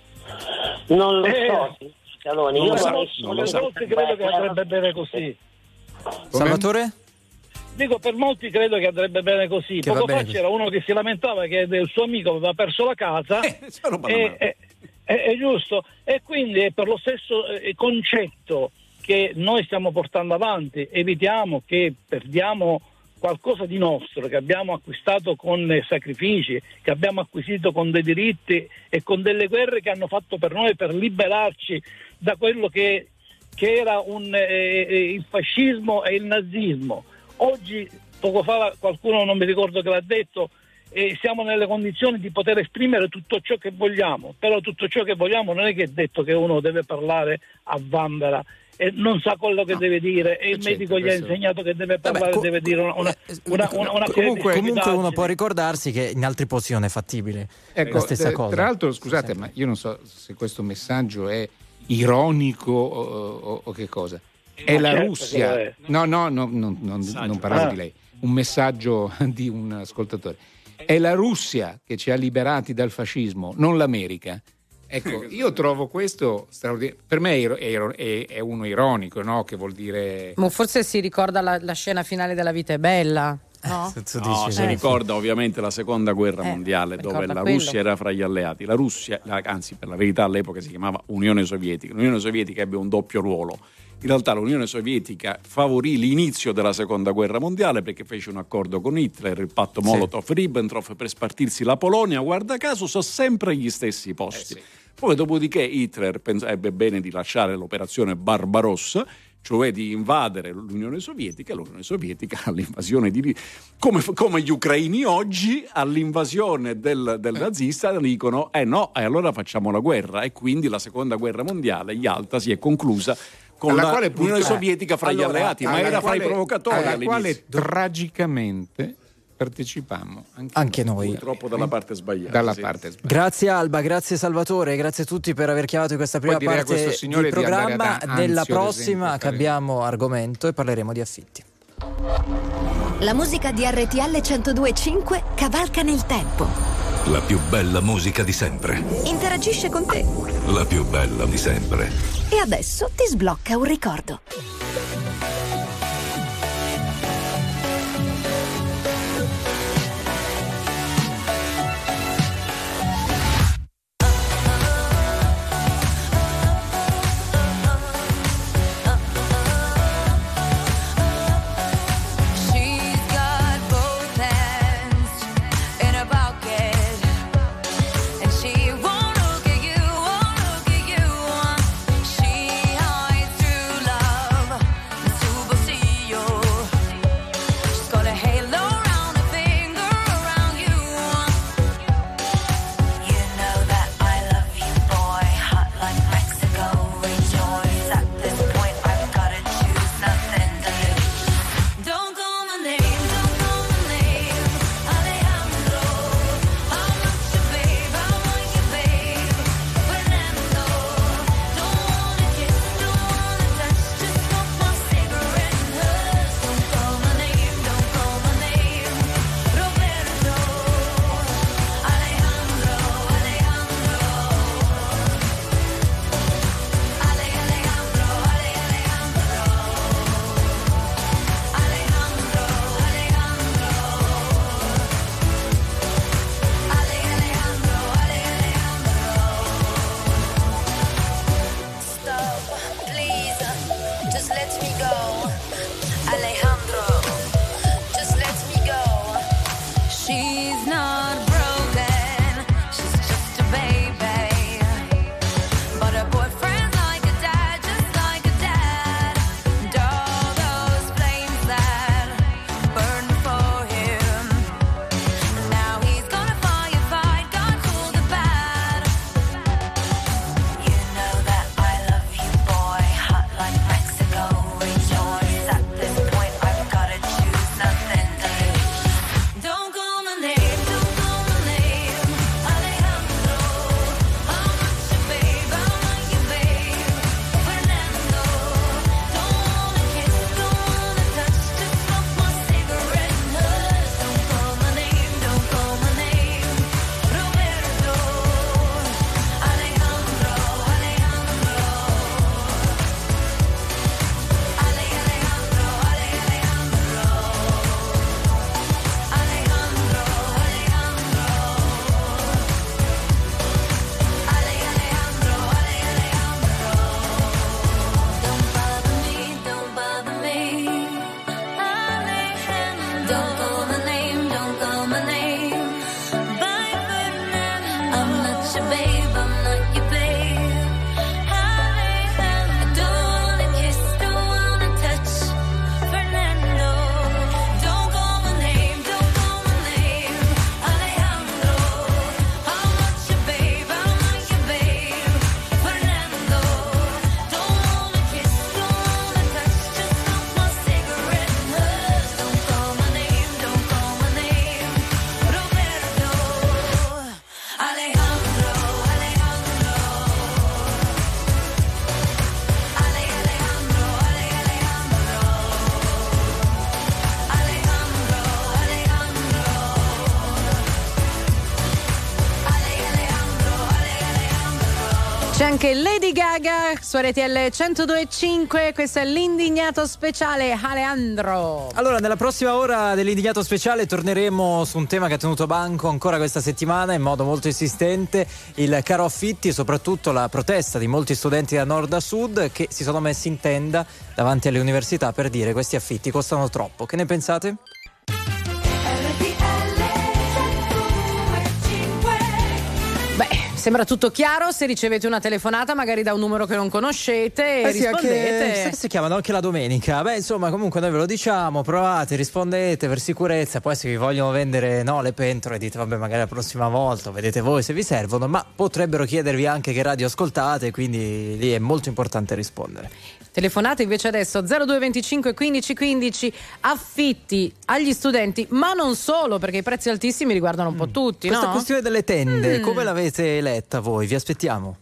Non lo so, Scaloni. Non Io lo sa, vorrei non lo sa. molti credo che andrebbe bene così. Salvatore? Dico, per molti credo che andrebbe bene così. Che Poco va fa bene c'era uno che si lamentava che il suo amico aveva perso la casa. Eh, e, e, è, è giusto, e quindi è per lo stesso eh, concetto che noi stiamo portando avanti, evitiamo che perdiamo qualcosa di nostro che abbiamo acquistato con sacrifici, che abbiamo acquisito con dei diritti e con delle guerre che hanno fatto per noi per liberarci da quello che, che era un, eh, il fascismo e il nazismo. Oggi, poco fa qualcuno, non mi ricordo che l'ha detto, e siamo nelle condizioni di poter esprimere tutto ciò che vogliamo, però tutto ciò che vogliamo non è che è detto che uno deve parlare a vanvera e non sa quello che no, deve dire e il medico gli ha insegnato che deve parlare. Vabbè, co- deve dire una, una, una, una, una comunque, comunque uno può ricordarsi che in altri posti non è fattibile, ecco, la stessa eh, cosa. Tra l'altro, scusate, ma io non so se questo messaggio è ironico o, o, o che cosa. È la certo Russia è. no no no, no, no non parlavo ah. di lei, un messaggio di un ascoltatore. È la Russia che ci ha liberati dal fascismo, non l'America. Ecco, io trovo questo straordinario. Per me è, è, è uno ironico, no? Che vuol dire. Ma forse si ricorda la, la scena finale della Vita è bella. No, no si eh. ricorda ovviamente la seconda guerra Eh, mondiale, dove la quello. Russia era fra gli alleati. La Russia, la- anzi per la verità all'epoca si chiamava Unione Sovietica. L'Unione Sovietica ebbe un doppio ruolo. In realtà l'Unione Sovietica favorì l'inizio della seconda guerra mondiale perché fece un accordo con Hitler, il patto Molotov-Ribbentrop, per spartirsi la Polonia. Guarda caso, sono sempre gli stessi posti. Eh, sì. Poi dopodiché Hitler pens- ebbe bene di lasciare l'operazione Barbarossa, cioè di invadere l'Unione Sovietica, e l'Unione Sovietica all'invasione di come, come gli ucraini oggi all'invasione del, del nazista dicono eh no, e allora facciamo la guerra, e quindi la seconda guerra mondiale Yalta si è conclusa con alla la, quale l'Unione purtroppo- Sovietica fra allora, gli alleati, ma alla era fra i quale- provocatori alla all'inizio. quale tragicamente partecipammo anche, Anche noi. Purtroppo dalla parte sbagliata. dalla sì. parte sbagliata. Grazie Alba, grazie Salvatore, grazie a tutti per aver chiamato in questa prima Poi direi a parte questo signore di di andare programma. ad Anzio, Nella ad prossima esempio, cambiamo argomento e parleremo di affitti. La musica di R T L centodue e cinque cavalca nel tempo. La più bella musica di sempre. Interagisce con te. La più bella di sempre. E adesso ti sblocca un ricordo. She's got both hands in her pocket, and she won't look at you, won't look at you. She hides true love C'è anche Lady Gaga su R T L centodue e cinque, questo è l'indignato speciale Alejandro. Allora, nella prossima ora dell'indignato speciale torneremo su un tema che ha tenuto banco ancora questa settimana in modo molto insistente, il caro affitti e soprattutto la protesta di molti studenti da nord a sud che si sono messi in tenda davanti alle università per dire questi affitti costano troppo. Che ne pensate? Sembra tutto chiaro, se ricevete una telefonata magari da un numero che non conoscete eh sì, rispondete. Anche, si chiamano anche la domenica. Beh, insomma, comunque noi ve lo diciamo, provate, rispondete per sicurezza, poi se vi vogliono vendere no le pentole dite vabbè magari la prossima volta, vedete voi se vi servono, ma potrebbero chiedervi anche che radio ascoltate, quindi lì è molto importante rispondere. Telefonate invece adesso zero due venticinque quindici quindici, affitti agli studenti, ma non solo, perché i prezzi altissimi riguardano un po' tutti, Questa no? questione delle tende, Mm. come l'avete letta voi? Vi aspettiamo.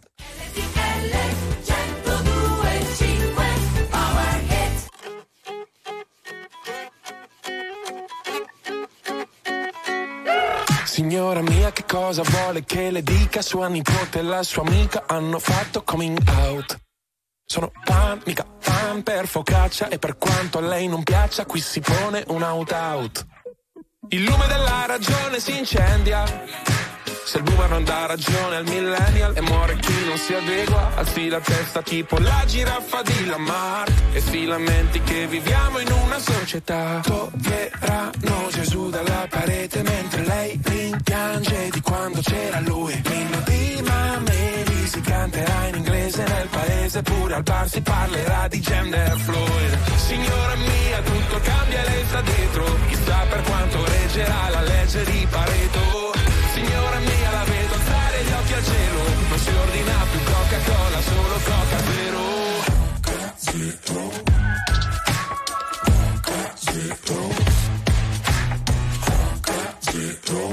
Signora mia, che cosa vuole che le dica? Sua nipote e la sua amica hanno fatto coming out. Sono fan, mica fan per focaccia, e per quanto a lei non piaccia qui si pone un out-out. Il lume della ragione si incendia, se il boomer non dà ragione al millennial, e muore chi non si adegua, alzi la testa tipo la giraffa di Lamar, e si lamenti che viviamo in una società. Toglieranno Gesù dalla parete mentre lei rimpiange di quando c'era lui. Inno di mameli si canterà in inglese nel paese, pure al bar si parlerà di gender fluid. Signora mia, tutto cambia e lei sta dietro, chissà per quanto reggerà la legge di Pareto. Signora mia, la vedo alzare gli occhi al cielo, non si ordina più Coca-Cola, solo Coca Zero. Coca Zero. Coca Zero. Coca Zero.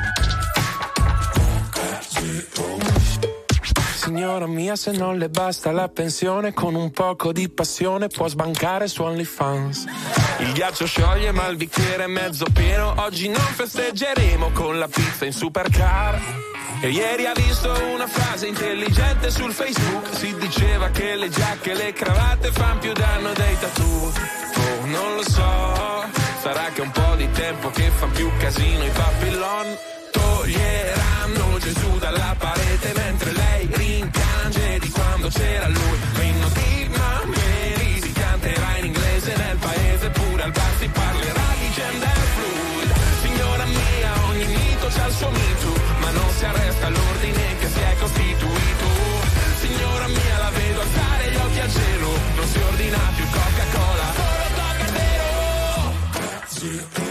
Coca Zero. Signora mia, se non le basta la pensione, con un poco di passione può sbancare su OnlyFans. Il ghiaccio scioglie ma il bicchiere è mezzo pieno, oggi non festeggeremo con la pizza in supercar. E ieri ha visto una frase intelligente sul Facebook, si diceva che le giacche e le cravatte fan più danno dei tattoo. Oh, non lo so, sarà che un po' di tempo che fan più casino i Babylon. Toglieranno Gesù dalla parete mentre lei rimpiange di quando c'era lui. Inno di mameli si canterà in inglese nel paese, pure al bar si parlerà di gender fluid. Signora mia, ogni mito c'ha il suo mito, ma non si arresta l'ordine che si è costituito. Signora mia, la vedo alzare gli occhi al cielo, non si ordina più Coca-Cola, solo Coca Zero. Coca Zero.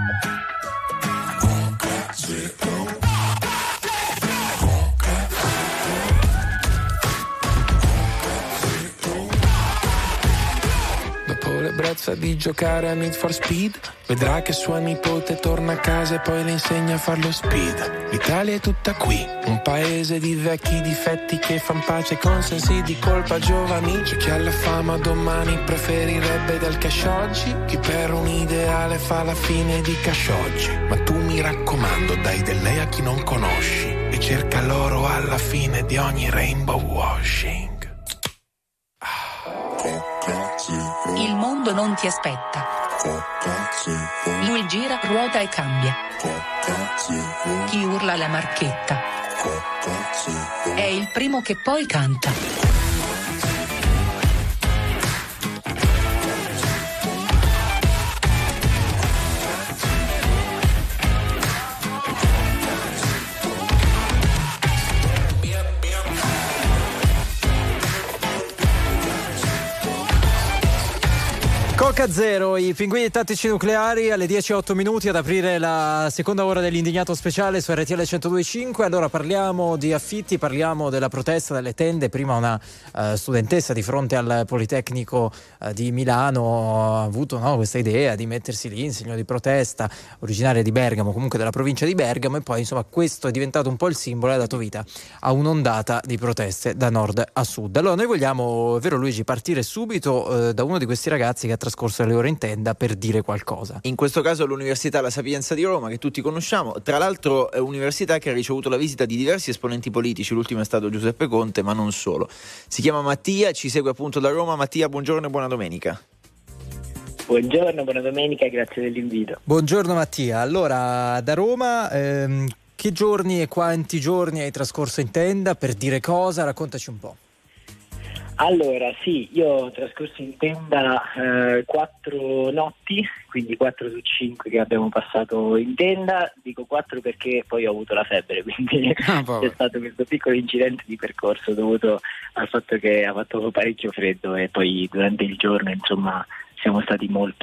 Coca Zero. L'ebbrezza di giocare a Need for Speed, vedrà che sua nipote torna a casa e poi le insegna a far lo speed. L'Italia è tutta qui, un paese di vecchi difetti che fan pace con sensi di colpa giovani. C'è chi alla fama domani preferirebbe del cash oggi, chi per un ideale fa la fine di cash oggi. Ma tu mi raccomando, dai del lei a chi non conosci e cerca l'oro alla fine di ogni rainbow washing. Il mondo non ti aspetta. Lui gira, ruota e cambia. Chi urla la marchetta è il primo che poi canta. Coca Zero, i pinguini tattici nucleari alle dieci e otto minuti ad aprire la seconda ora dell'indignato speciale su R T L centodue e cinque. Allora parliamo di affitti, parliamo della protesta delle tende. Prima una uh, studentessa di fronte al Politecnico uh, di Milano ha avuto no, questa idea di mettersi lì in segno di protesta, originaria di Bergamo, comunque della provincia di Bergamo, e poi insomma questo è diventato un po' il simbolo e ha dato vita a un'ondata di proteste da nord a sud. Allora noi vogliamo, è vero Luigi, partire subito uh, da uno di questi ragazzi che ha trascorso trascorso le ore in tenda per dire qualcosa. In questo caso l'Università La Sapienza di Roma, che tutti conosciamo, tra l'altro è università che ha ricevuto la visita di diversi esponenti politici, l'ultimo è stato Giuseppe Conte, ma non solo. Si chiama Mattia, ci segue appunto da Roma. Mattia, buongiorno e buona domenica. Buongiorno, buona domenica e grazie dell'invito. Buongiorno Mattia, allora da Roma ehm, che giorni e quanti giorni hai trascorso in tenda, per dire cosa? Raccontaci un po'. Allora sì, io ho trascorso in tenda eh, quattro notti, quindi quattro su cinque che abbiamo passato in tenda. Dico quattro perché poi ho avuto la febbre, quindi ah, c'è stato questo piccolo incidente di percorso dovuto al fatto che ha fatto parecchio freddo e poi durante il giorno insomma siamo stati molto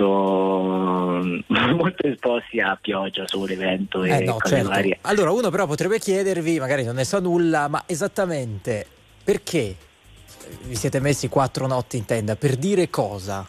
molto esposti a pioggia, sole, vento e eh no, cose certo. varie. Allora uno però potrebbe chiedervi, magari non ne sa nulla, ma esattamente perché vi siete messi quattro notti in tenda? Per dire cosa?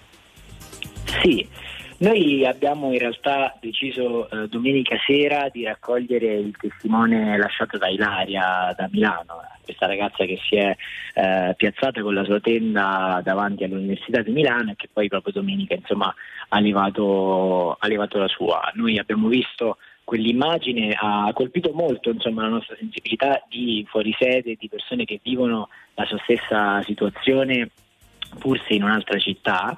Sì, noi abbiamo in realtà deciso eh, domenica sera di raccogliere il testimone lasciato da Ilaria da Milano, questa ragazza che si è eh, piazzata con la sua tenda davanti all'Università di Milano e che poi proprio domenica insomma ha levato, ha levato la sua. Noi abbiamo visto quell'immagine, ha colpito molto insomma la nostra sensibilità di fuorisede, di persone che vivono la sua stessa situazione pur se in un'altra città.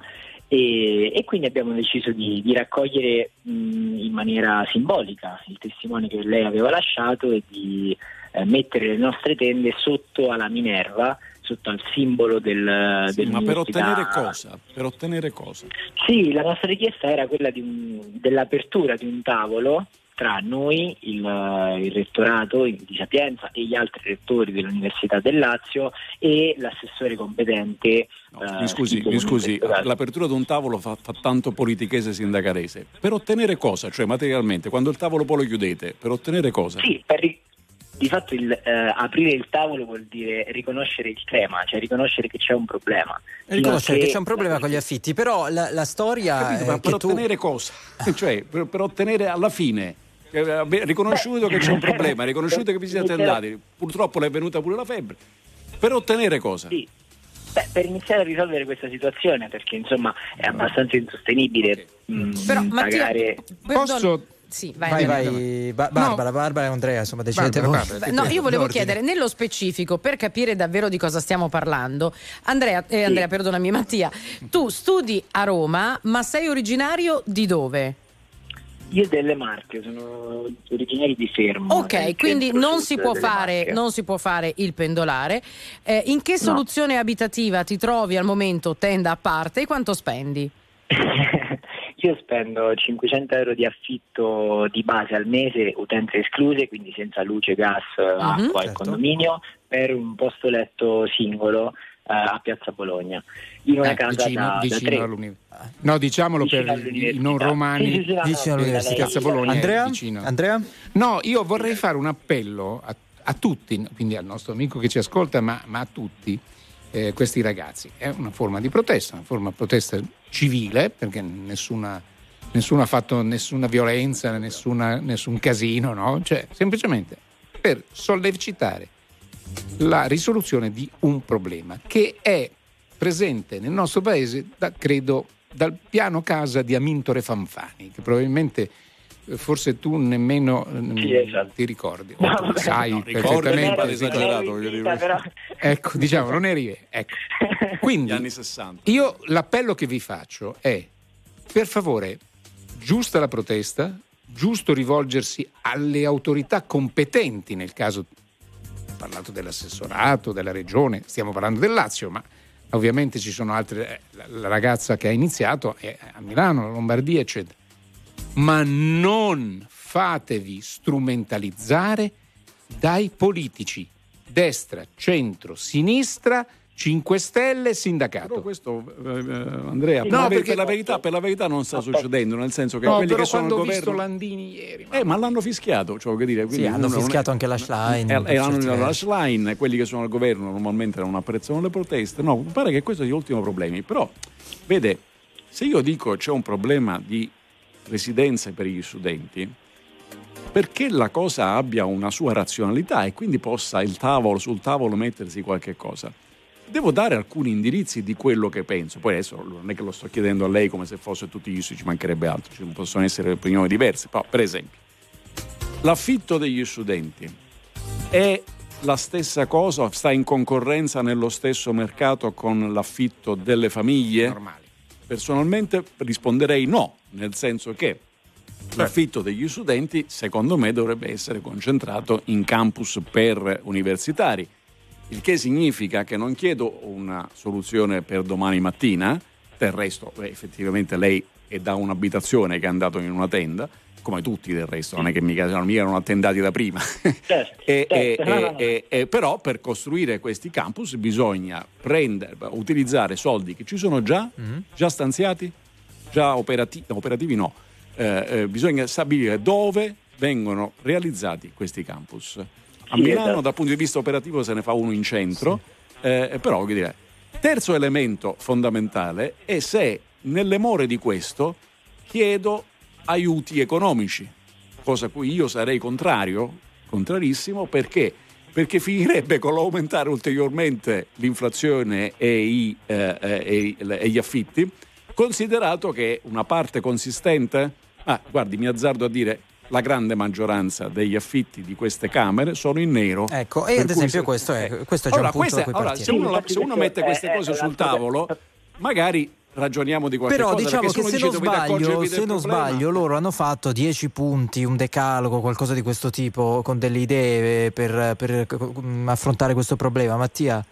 E, e quindi abbiamo deciso di, di raccogliere mh, in maniera simbolica il testimone che lei aveva lasciato e di eh, mettere le nostre tende sotto alla Minerva, sotto al simbolo del, sì, del ma per ottenere cosa? Per ottenere cosa? Sì, la nostra richiesta era quella di un, dell'apertura di un tavolo tra noi, il, il rettorato di Sapienza e gli altri rettori dell'Università del Lazio e l'assessore competente. No, mi scusi, mi scusi, l'apertura di un tavolo fa, fa tanto politichese sindacarese. Per ottenere cosa? Cioè materialmente, quando il tavolo poi lo chiudete, per ottenere cosa? Sì, per ri- di fatto il, eh, aprire il tavolo vuol dire riconoscere il tema, cioè riconoscere che c'è un problema. Riconoscere che, che c'è un problema con gli affitti, però la, la storia... Capito, ma per ottenere tu... cosa? Cioè, per, per ottenere alla fine... riconosciuto Beh, che c'è un problema, riconosciuto che vi siete andati, purtroppo le è venuta pure la febbre. Per ottenere cosa? Sì. Beh, per iniziare a risolvere questa situazione, perché insomma è abbastanza insostenibile okay. mh, Però, pagare. Mattia, posso Sì, vai, vai, vai. Ba- Barbara, no. Barbara e Andrea, insomma, decidete voi. No, io volevo chiedere nello specifico, per capire davvero di cosa stiamo parlando. Andrea, eh, Andrea, sì. perdonami, Mattia, tu studi a Roma, ma sei originario di dove? Io delle Marche, sono originario di Fermo. Ok, quindi non si può fare non si può fare il pendolare. Eh, in che soluzione no. abitativa ti trovi al momento, tenda a parte, e quanto spendi? Io spendo cinquecento euro di affitto di base al mese, utenze escluse, quindi senza luce, gas, uh-huh, acqua certo. e condominio, per un posto letto singolo uh, a Piazza Bologna, in una eh, casa vicino, da, vicino da all'università. No, diciamolo vicino per i non romani, sì, sì, sì, vicino no, all'università. Piazza Bologna. Andrea? Vicino. Andrea? No, io vorrei fare un appello a, a tutti, quindi al nostro amico che ci ascolta, ma, ma a tutti. Eh, questi ragazzi è una forma di protesta, una forma di protesta civile, perché nessuna, nessuno ha fatto nessuna violenza, nessuna, nessun casino, no? Cioè semplicemente per sollecitare la risoluzione di un problema che è presente nel nostro paese da, credo dal piano casa di Amintore Fanfani, che probabilmente forse tu nemmeno sì, esatto. ti ricordi o no, sai no, perfettamente esagerato, vita, però... ecco, diciamo non eri ecco. Quindi anni sessanta. Io l'appello che vi faccio è: per favore, giusta la protesta, giusto rivolgersi alle autorità competenti, nel caso ho parlato dell'assessorato, della regione, stiamo parlando del Lazio, ma ovviamente ci sono altre, la ragazza che ha iniziato è a Milano, la Lombardia, eccetera. Ma non fatevi strumentalizzare dai politici, destra, centro, sinistra, cinque Stelle, sindacato. Però questo, eh, Andrea, no, per, perché... per, la verità, per la verità non sta succedendo, nel senso che no, quelli però che sono al quando governo... ho visto Landini ieri... Ma, eh, ma l'hanno fischiato, cioè, che dire, sì, hanno fischiato è... anche la Schlein. E, e hanno la Schlein, quelli che sono al governo normalmente non apprezzano le proteste. No, mi pare che questo sia l'ultimo problema. Però, vede, se io dico c'è un problema di residenze per gli studenti, perché la cosa abbia una sua razionalità e quindi possa il tavolo sul tavolo mettersi qualche cosa. devo dare alcuni indirizzi di quello che penso. Poi adesso non è che lo sto chiedendo a lei come se fosse tutti gli studi, ci mancherebbe altro, ci possono essere opinioni diverse, però per esempio l'affitto degli studenti è la stessa cosa, sta in concorrenza nello stesso mercato con l'affitto delle famiglie? Normali. Personalmente risponderei no, nel senso che l'affitto degli studenti secondo me dovrebbe essere concentrato in campus per universitari, il che significa che non chiedo una soluzione per domani mattina. Del resto beh, effettivamente lei è da un'abitazione che è andato in una tenda, come tutti del resto, non è che mica, non mica erano attendati da prima. Certo, e, certo, e, no, no, no. E, e, però per costruire questi campus bisogna prendere, utilizzare soldi che ci sono già, mm-hmm. già stanziati, già operati, operativi no, eh, eh, bisogna stabilire dove vengono realizzati questi campus. A Sì, Milano esatto. dal punto di vista operativo se ne fa uno in centro, sì. eh, però che dire, terzo elemento fondamentale è se nelle more di questo chiedo aiuti economici, cosa a cui io sarei contrario, contrarissimo, perché perché finirebbe con l'aumentare ulteriormente l'inflazione e, i, eh, e, e gli affitti, considerato che una parte consistente, ah, guardi, mi azzardo a dire la grande maggioranza degli affitti di queste camere sono in nero. Ecco, e ad esempio se, questo è, eh, questo è già allora, un punto queste, da cui allora, partire. se uno, se uno mette queste cose sul tavolo, magari ragioniamo di qualche però cosa. diciamo che se, dice, non sbaglio, se non sbaglio loro hanno fatto dieci punti, un decalogo, qualcosa di questo tipo, con delle idee per, per affrontare questo problema. Mattia?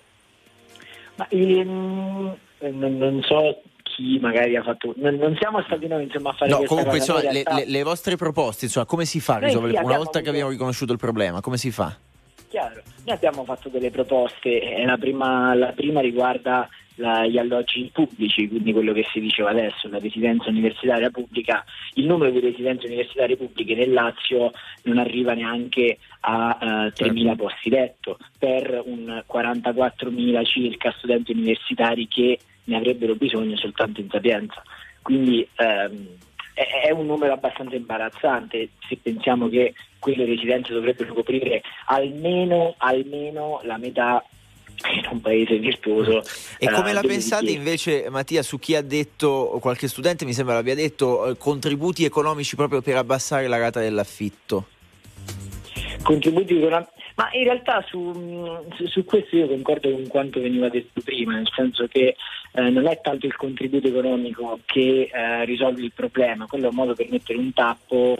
Ma ehm, non, non so chi magari ha fatto, non, non siamo stati noi insomma a fare no, questa comunque cosa, insomma, in realtà... le, le, le vostre proposte, insomma, come si fa a risolvere? Sì, Una volta avuto... che abbiamo riconosciuto il problema, come si fa? Chiaro, noi abbiamo fatto delle proposte, eh, la, prima, la prima riguarda la, gli alloggi pubblici, quindi quello che si diceva adesso, la residenza universitaria pubblica. Il numero di residenze universitarie pubbliche nel Lazio non arriva neanche a uh, tremila posti letto per un quarantaquattromila circa studenti universitari che ne avrebbero bisogno soltanto in Sapienza. Quindi ehm, è un numero abbastanza imbarazzante se pensiamo che quelle residenze dovrebbero coprire almeno, almeno la metà in un paese virtuoso. E come eh, la delle pensate richieste. invece, Mattia, su chi ha detto, qualche studente mi sembra l'abbia detto, eh, contributi economici proprio per abbassare la rata dell'affitto? Contributi economici, ma in realtà su, su, su questo io concordo con quanto veniva detto prima, nel senso che eh, non è tanto il contributo economico che eh, risolve il problema, quello è un modo per mettere un tappo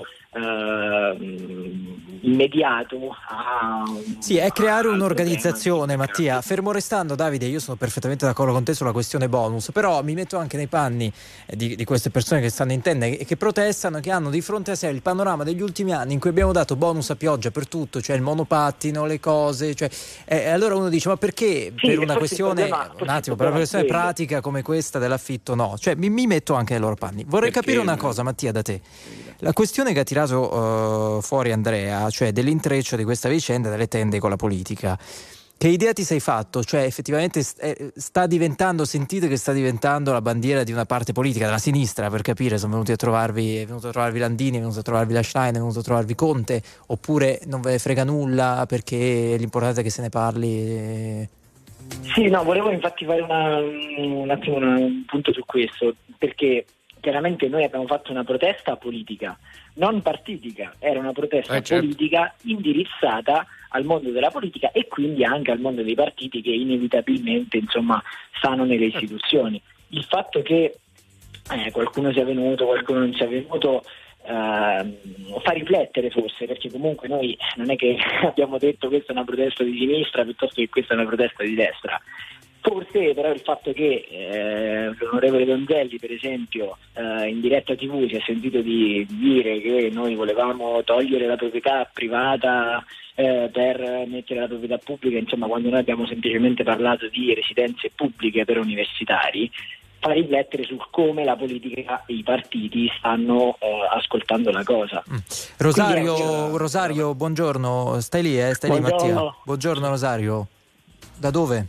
Uh, immediato a... Sì, è creare un'organizzazione, Mattia. Fermo restando, Davide, io sono perfettamente d'accordo con te sulla questione bonus, però mi metto anche nei panni di, di queste persone che stanno in tenda e che protestano, che hanno di fronte a sé il panorama degli ultimi anni in cui abbiamo dato bonus a pioggia per tutto, cioè il monopattino, le cose, cioè, eh, allora uno dice ma perché sì, per una questione problema, un attimo, per una questione quello. pratica come questa dell'affitto no, cioè mi, mi metto anche nei loro panni. Vorrei Perché? capire una cosa, Mattia, da te. La questione che ha tirato uh, fuori Andrea, cioè dell'intreccio di questa vicenda delle tende con la politica, che idea ti sei fatto? Cioè effettivamente sta diventando, sentite che sta diventando la bandiera di una parte politica, della sinistra, per capire, sono venuti a trovarvi, è venuto a trovarvi Landini, è venuto a trovarvi la Schlein, è venuto a trovarvi Conte, oppure non ve ne frega nulla perché l'importante è che se ne parli? Sì, no, volevo infatti fare una, un attimo una, un punto su questo, perché chiaramente noi abbiamo fatto una protesta politica, non partitica, era una protesta eh, certo. politica indirizzata al mondo della politica e quindi anche al mondo dei partiti che inevitabilmente insomma stanno nelle istituzioni. Il fatto che eh, qualcuno sia venuto, qualcuno non sia venuto eh, fa riflettere forse, perché comunque noi non è che abbiamo detto questa è una protesta di sinistra piuttosto che questa è una protesta di destra. Forse però il fatto che eh, l'onorevole Donzelli per esempio eh, in diretta tivù si è sentito di dire che noi volevamo togliere la proprietà privata eh, per mettere la proprietà pubblica, insomma quando noi abbiamo semplicemente parlato di residenze pubbliche per universitari, fa riflettere sul come la politica e i partiti stanno eh, ascoltando la cosa. Mm. Rosario, Quindi, Rosario, buongiorno, stai lì, eh? Stai buongiorno. lì Mattia? Buongiorno Rosario, da dove?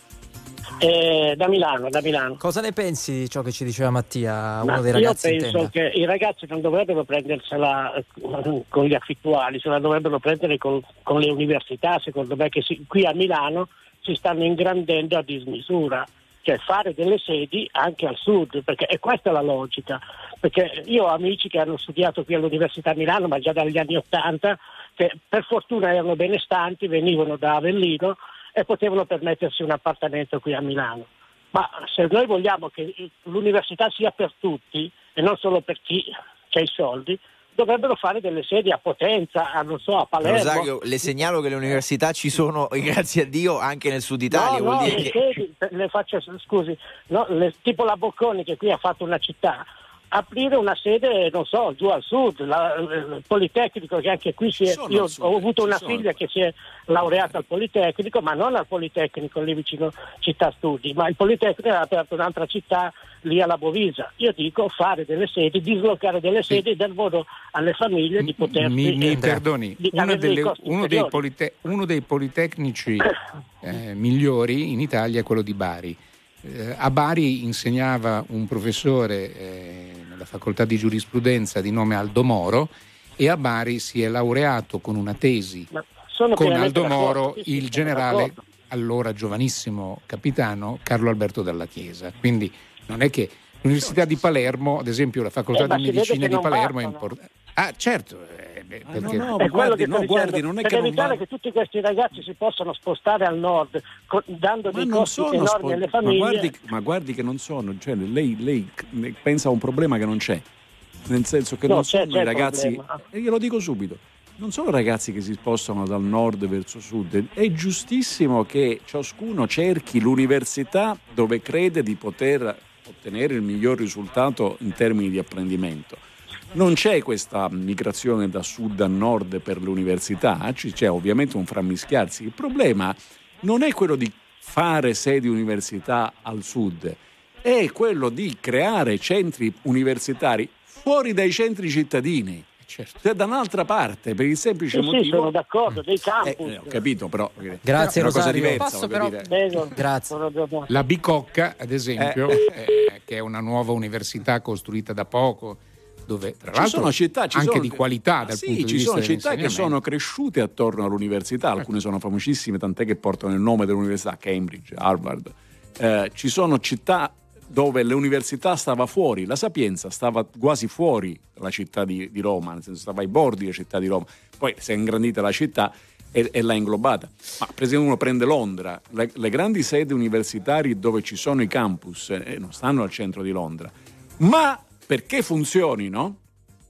Eh, da Milano, da Milano. Cosa ne pensi di ciò che ci diceva Mattia, uno Ma dei ragazzi io in penso tenda? che i ragazzi non dovrebbero prendersela eh, con gli affittuali, se la dovrebbero prendere con, con le università, secondo me, che si, qui a Milano si stanno ingrandendo a dismisura, cioè fare delle sedi anche al sud, perché e questa è la logica, perché io ho amici che hanno studiato qui all'Università di Milano, ma già dagli anni Ottanta, che per fortuna erano benestanti, venivano da Avellino e potevano permettersi un appartamento qui a Milano. Ma se noi vogliamo che l'università sia per tutti e non solo per chi ha i soldi, dovrebbero fare delle sedi a Potenza, a, non so, a Palermo. Rosario, le segnalo che le università ci sono, grazie a Dio, anche nel sud Italia. No, vuol no, dire le che... sedi, le faccio, scusi, no, le, tipo la Bocconi che qui ha fatto una città, aprire una sede, non so, giù al sud, la, il Politecnico, che anche qui si è, io ho avuto una figlia che si è laureata al Politecnico, ma non al Politecnico lì vicino Città Studi, ma il Politecnico ha aperto un'altra città lì alla Bovisa. Io dico fare delle sedi, dislocare delle sedi e dar modo alle famiglie di potersi... Mi, mi eh, perdoni, di uno, avere delle, dei costi uno, dei inferiori. polite, uno dei politecnici eh, migliori in Italia è quello di Bari. Eh, a Bari insegnava un professore eh, nella facoltà di giurisprudenza di nome Aldo Moro, e a Bari si è laureato con una tesi Sono con pienamente Aldo d'accordo, Moro sì, sì, il sono generale, d'accordo. allora giovanissimo capitano, Carlo Alberto Dalla Chiesa. Quindi non è che l'Università di Palermo, ad esempio la facoltà Eh, ma di si vede medicina che di non Palermo è bastano. importante. Ah, certo, eh, beh, Ah, perché... no, no, È ma quello guardi, che sto no, guardi, dicendo, non è per che non evitare va... che tutti questi ragazzi si possano spostare al nord, co- dando Ma dei non costi sono enormi spo- alle ma famiglie. guardi, ma guardi che non sono, cioè, lei, lei pensa a un problema che non c'è, nel senso che No, non c'è- sono c'è i il ragazzi, problema. e glielo dico subito, non sono ragazzi che si spostano dal nord verso sud, è giustissimo che ciascuno cerchi l'università dove crede di poter ottenere il miglior risultato in termini di apprendimento. Non c'è questa migrazione da sud a nord per l'università, ci- c'è ovviamente un frammischiarsi. Il problema non è quello di fare sedi università al sud, è quello di creare centri universitari fuori dai centri cittadini, cioè da un'altra parte, per il semplice Sì, sì, motivo... sono d'accordo, dei campus. Eh, ho capito, però Grazie, è una cosa Rosario. diversa. Posso voglio però- dire. Prego. Grazie. La Bicocca, ad esempio, eh, che è una nuova università costruita da poco, dove tra Ci l'altro sono città, ci anche sono- di qualità dal sì, punto di ci vista sono città che dell'insegnamento. sono cresciute attorno all'università, alcune sono famosissime, tant'è che portano il nome dell'università, Cambridge, Harvard. Eh, ci sono città dove l'università stava fuori, la Sapienza stava quasi fuori dalla città di, di Roma, nel senso stava ai bordi della città di Roma, poi si è ingrandita la città e, e l'ha inglobata. Ma per esempio uno prende Londra, le, le grandi sedi universitarie dove ci sono i campus eh, non stanno al centro di Londra, ma perché funzionino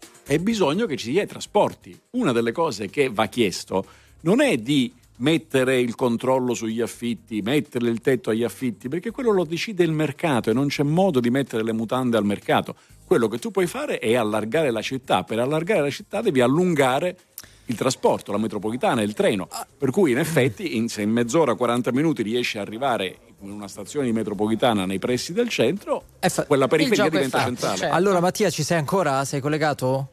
è bisogno che ci sia i trasporti. Una delle cose che va chiesto non è di mettere il controllo sugli affitti, mettere il tetto agli affitti, perché quello lo decide il mercato e non c'è modo di mettere le mutande al mercato. Quello che tu puoi fare è allargare la città. Per allargare la città devi allungare il trasporto, la metropolitana, il treno. Per cui in effetti in, se in mezz'ora, quaranta minuti riesci ad arrivare in una stazione di metropolitana nei pressi del centro, fa- quella periferia il gioco è diventa fatto, centrale. certo. Allora Mattia, ci sei ancora? Sei collegato?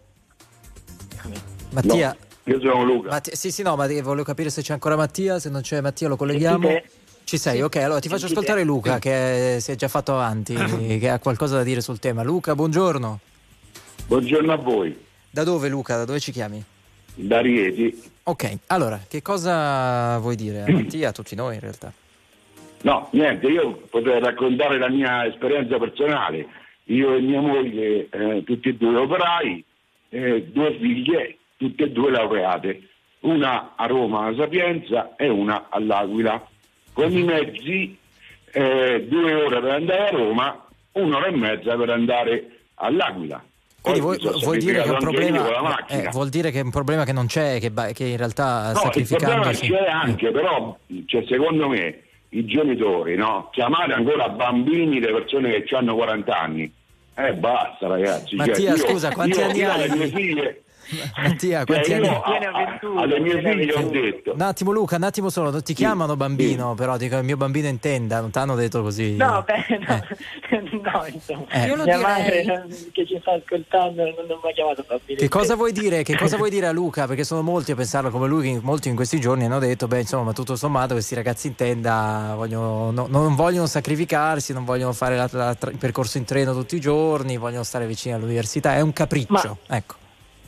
Mattia? Io sono Luca. Mattia, sì, sì, no, ma volevo capire se c'è ancora Mattia, se non c'è Mattia lo colleghiamo. Sentite? Ci sei, Sì. ok, allora ti faccio Sentite? ascoltare Luca che si è già fatto avanti, che ha qualcosa da dire sul tema. Luca, buongiorno. Buongiorno a voi. Da dove Luca? Da dove ci chiami? Da Rieti. Ok, allora, che cosa vuoi dire a Mattia, a tutti noi in realtà? No, niente, io potrei raccontare la mia esperienza personale. Io e mia moglie, eh, tutti e due operai, eh, due figlie, tutte e due laureate. Una a Roma alla Sapienza e una all'Aquila. Con i mezzi, eh, due ore per andare a Roma, un'ora e mezza per andare all'Aquila. Quindi Poi vuoi, mi sono vuoi dire che è un sacrificato anche io con la problema macchina. eh, vuol dire che è un problema che non c'è, che, ba- che in realtà No, il problema sacrificandosi c'è anche, però cioè, secondo me i genitori, no? Chiamare ancora bambini le persone che hanno quaranta anni. Eh basta ragazzi. Mattia, cioè, io, scusa, quanti io, anni io hai? alle mie figlie, Mattia, quanti cioè, anni io a- a- alle mie figlie ho detto Un attimo Luca, un attimo solo, non ti chiamano bambino, però dico il mio bambino intenda, non ti hanno detto così. No, beh, no, no insomma, Eh. Io lo mia direi. madre che ci sta ascoltando non mi ha mai chiamato bambino. Che cosa vuoi dire? Che cosa vuoi dire a Luca? Perché sono molti a pensarlo come lui, che molti in questi giorni hanno detto, beh, insomma, tutto sommato questi ragazzi in tenda vogliono, no, non vogliono sacrificarsi, non vogliono fare la, la, il percorso in treno tutti i giorni, vogliono stare vicini all'università, è un capriccio, ecco.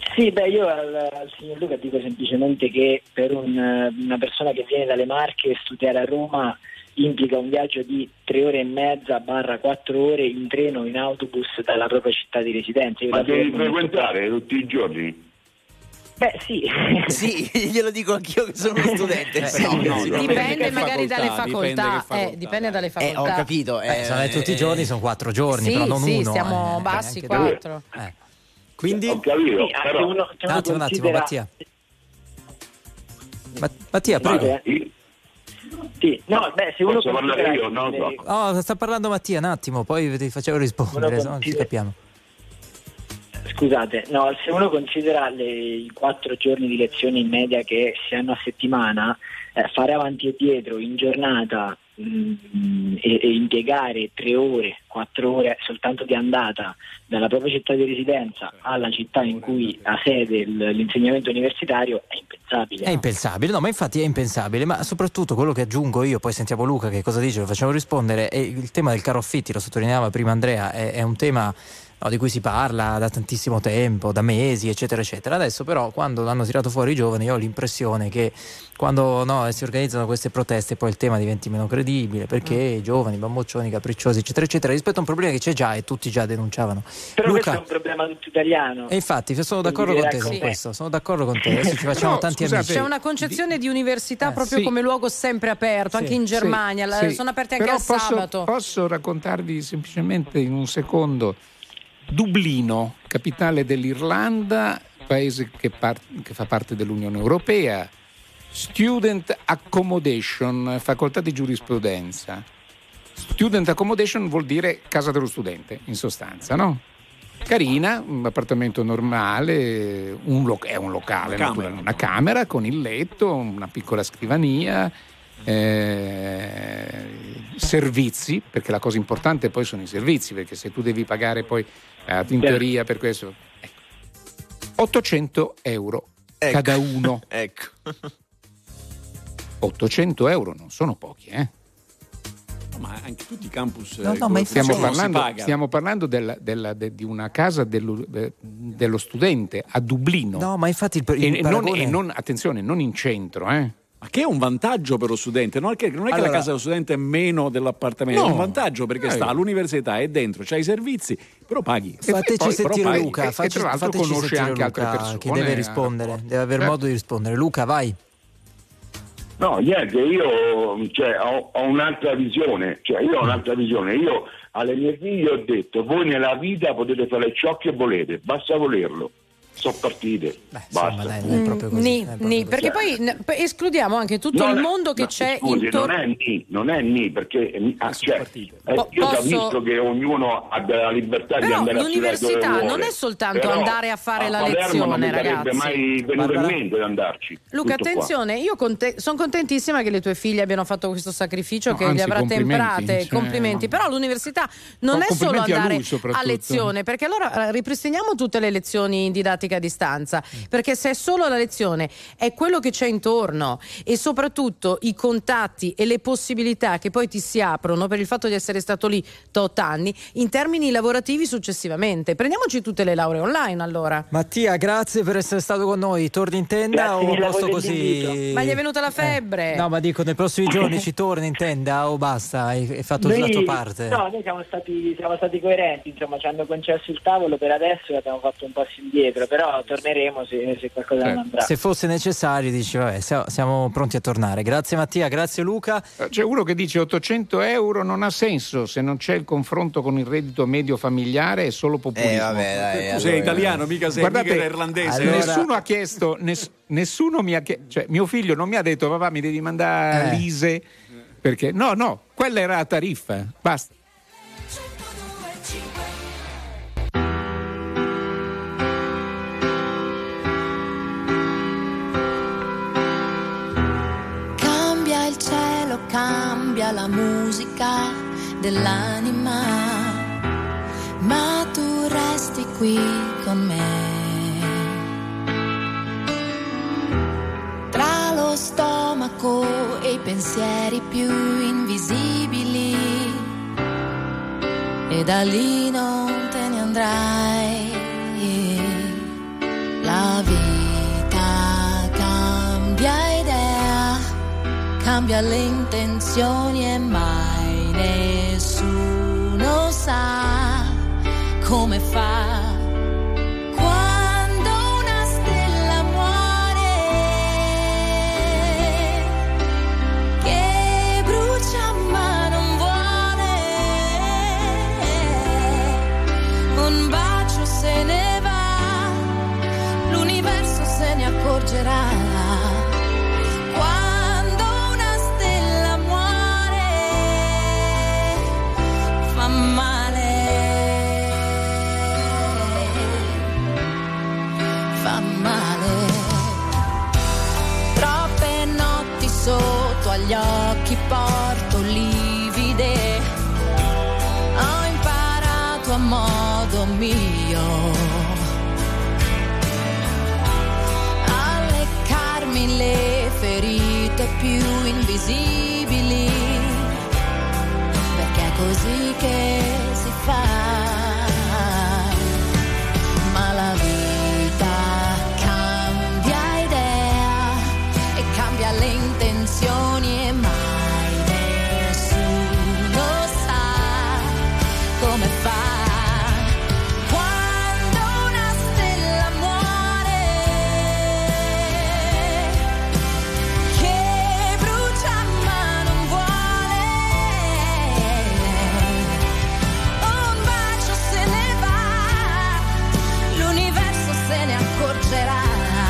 Sì, beh, io al, al signor Luca dico semplicemente che per un, una persona che viene dalle Marche studiare a Roma implica un viaggio di tre ore e mezza barra quattro ore in treno o in autobus dalla propria città di residenza. Io Ma devi davvero- frequentare tutti i giorni? Beh, sì. Sì, glielo dico anch'io che sono uno studente. Eh, no, no, no. Dipende magari dalle dipende facoltà, che facoltà, eh, dipende dalle Eh, facoltà. ho capito. Eh, eh, se non è tutti i giorni, sono quattro giorni, Sì, però non sì, uno. siamo eh, bassi, anche due. quattro. Eh. Quindi, Ho capito, Sì, anche però... uno, se un uno attimo, un attimo, considera- Mattia. Ma- Mattia, Sì, prego. eh. Sì, no, beh, se uno Posso parlare considera io? Non lo so. Oh, sta parlando Mattia, un attimo, poi ti facevo rispondere, Uno se no non ci considera- capiamo. Scusate, no, se uno considera le, i quattro giorni di lezioni in media che si hanno a settimana, eh, fare avanti e dietro in giornata mh, e, e impiegare tre ore, quattro ore soltanto di andata dalla propria città di residenza alla città in cui ha sede il- l'insegnamento universitario è impensabile. È impensabile, no, ma infatti è impensabile, ma soprattutto quello che aggiungo io, poi sentiamo Luca che cosa dice, lo facciamo rispondere, è il tema del caro affitti, lo sottolineava prima Andrea, è, è un tema no, di cui si parla da tantissimo tempo, da mesi, eccetera, eccetera. Adesso però quando l'hanno tirato fuori i giovani, io ho l'impressione che quando no, si organizzano queste proteste poi il tema diventi meno credibile, perché i giovani, bamboccioni, capricciosi, eccetera, eccetera, rispetto a un problema che c'è già e tutti già denunciavano. Però Luca, questo è un problema tutto italiano. e infatti sono d'accordo con te Sì. con questo, sono d'accordo con te, adesso ci facciamo No, tanti scusate, amici. C'è una concezione di università Eh, proprio sì. come luogo sempre aperto, Sì, anche in Germania, Sì, la- sì. sono aperte anche Però al posso, sabato. Posso raccontarvi semplicemente in un secondo. Dublino, capitale dell'Irlanda, paese che, par- che fa parte dell'Unione Europea. Student Accommodation, facoltà di giurisprudenza. Student Accommodation vuol dire casa dello studente, in sostanza, no? Carina, un appartamento normale, un lo- è un locale, Una camera. naturalmente, una camera con il letto, una piccola scrivania, eh, servizi, perché la cosa importante poi sono i servizi, perché se tu devi pagare poi eh, in teoria per questo, ecco. ottocento euro Ecco. cada uno. Ecco. ottocento euro non sono pochi, eh? Ma anche tutti i campus No, eh, no, ma Stiamo non si parlando, paga. stiamo parlando della- della- de- di una casa dello, de- dello studente a Dublino. No, ma infatti il, il e, non, paragone- e non, attenzione, non in centro, eh? Ma che è un vantaggio per lo studente, non è che, non è che Allora- la casa dello studente è meno dell'appartamento, No. è un vantaggio perché Eh. sta all'università, è dentro, c'hai i servizi, però paghi. Fateci poi- sentire però poi- Luca, e- e facci- tra l'altro fateci conosce sentire anche altre Luca persone, che deve eh, rispondere, rapporti. deve aver Eh. modo di rispondere. Luca, vai. No, niente, io cioè, ho, ho un'altra visione, cioè io ho un'altra visione, io alle mie figlie ho detto voi nella vita potete fare ciò che volete, basta volerlo, sono partite, Insomma, basta. dai, non è proprio così. Ni, non è proprio ni, così. perché poi n- poi escludiamo anche tutto Non il è- mondo che no, c'è scusi, intorno. non è ni, non è ni perché eh, ah, cioè, eh, Po- io posso- capisco che ognuno abbia la libertà di Però andare a studiare dove l'università vuole, non è soltanto però andare a fare a la Palermo lezione, non mi sarebbe ragazzi. mai venuto Barbara? in mente di andarci. Luca, Tutto qua. attenzione, io sono contentissima che le tue figlie abbiano fatto questo sacrificio, No, che anzi, le avrà complimenti, temprate, cioè, complimenti. Però l'università non No, è solo complimenti a andare lui, soprattutto. a lezione, perché allora eh, ripristiniamo tutte le lezioni in didattica a distanza, perché se è solo la lezione è quello che c'è intorno e soprattutto i contatti e le possibilità che poi ti si aprono per il fatto di essere stato lì tot anni in termini lavorativi successivamente. Prendiamoci tutte le lauree online allora. Mattia, grazie per essere stato con noi. Torni in tenda Grazie o mille a posto voi così? dell'invito. Ma gli è venuta la febbre? No, ma dico, nei prossimi giorni ci torni in tenda o basta? Hai, hai fatto Noi- la tua parte? No, noi siamo stati, siamo stati coerenti, insomma, ci hanno concesso il tavolo per adesso e abbiamo fatto un passo indietro, però torneremo se, se qualcosa non andrà. Se fosse necessario, dici, vabbè, siamo, siamo pronti a tornare. Grazie Mattia, grazie Luca. C'è uno che dice ottocento euro non ha senso se non c'è il confronto con il reddito medio familiare, è solo populismo. Eh, vabbè, dai, Tu sei italiano, mica sei Guardate, mica irlandese. allora- Nessuno ha chiesto, ness- nessuno mi ha chiesto, cioè mio figlio non mi ha detto papà mi devi mandare Eh. l'I S E, perché no, no, quella era la tariffa, basta. Cambia il cielo, cambia la musica dell'anima, ma tu resti qui con me. Tra lo stomaco e i pensieri più invisibili, e da lì non te ne andrai. La cambia le intenzioni e mai nessuno sa come fa. Quando una stella muore, che brucia ma non vuole, un bacio se ne va, l'universo se ne accorgerà. Sotto agli occhi porto livide, ho imparato a modo mio a leccarmi le ferite più invisibili, perché è così che si fa. Ma la vita cambia idea e cambia le intenzioni e mai nessuno sa come fa. Quando una stella muore, che brucia ma non vuole, un bacio se ne va, l'universo se ne accorgerà.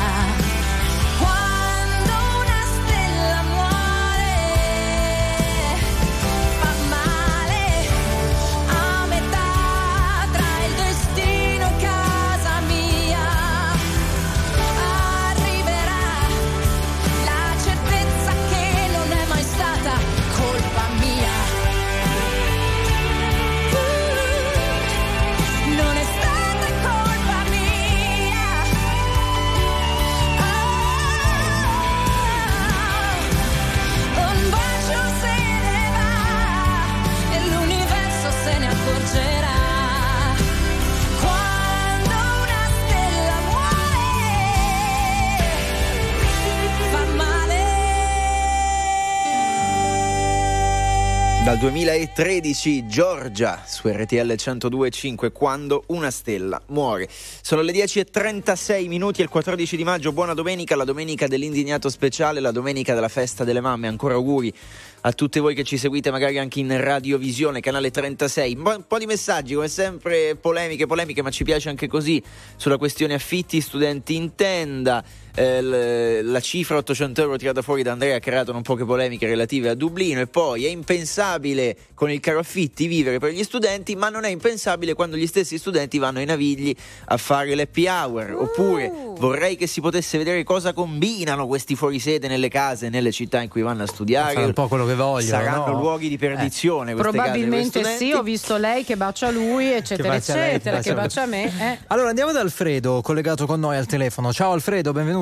Dal duemilatredici Giorgia su R T L centodue e cinque, Quando una stella muore. Sono le dieci e trentasei minuti, il quattordici di maggio, buona domenica, la domenica dell'indignato speciale, la domenica della festa delle mamme. Ancora auguri a tutte voi che ci seguite magari anche in radiovisione, canale trentasei. Un po' di messaggi, come sempre, polemiche, polemiche, ma ci piace anche così, sulla questione affitti, studenti in tenda. Eh, la cifra ottocento euro tirata fuori da Andrea ha creato non poche polemiche relative a Dublino. E poi è impensabile con il caro affitti vivere per gli studenti, ma non è impensabile quando gli stessi studenti vanno ai Navigli a fare l'happy hour. uh. Oppure vorrei che si potesse vedere cosa combinano questi fuorisede nelle case, nelle città in cui vanno a studiare. Fanno un po' quello che vogliono, saranno no? luoghi di perdizione, eh, queste probabilmente case, sì. Ho visto lei che bacia lui, eccetera, che bacia lei, eccetera, che bacia me. Eh. Allora andiamo da Alfredo, collegato con noi al telefono. Ciao Alfredo, benvenuto.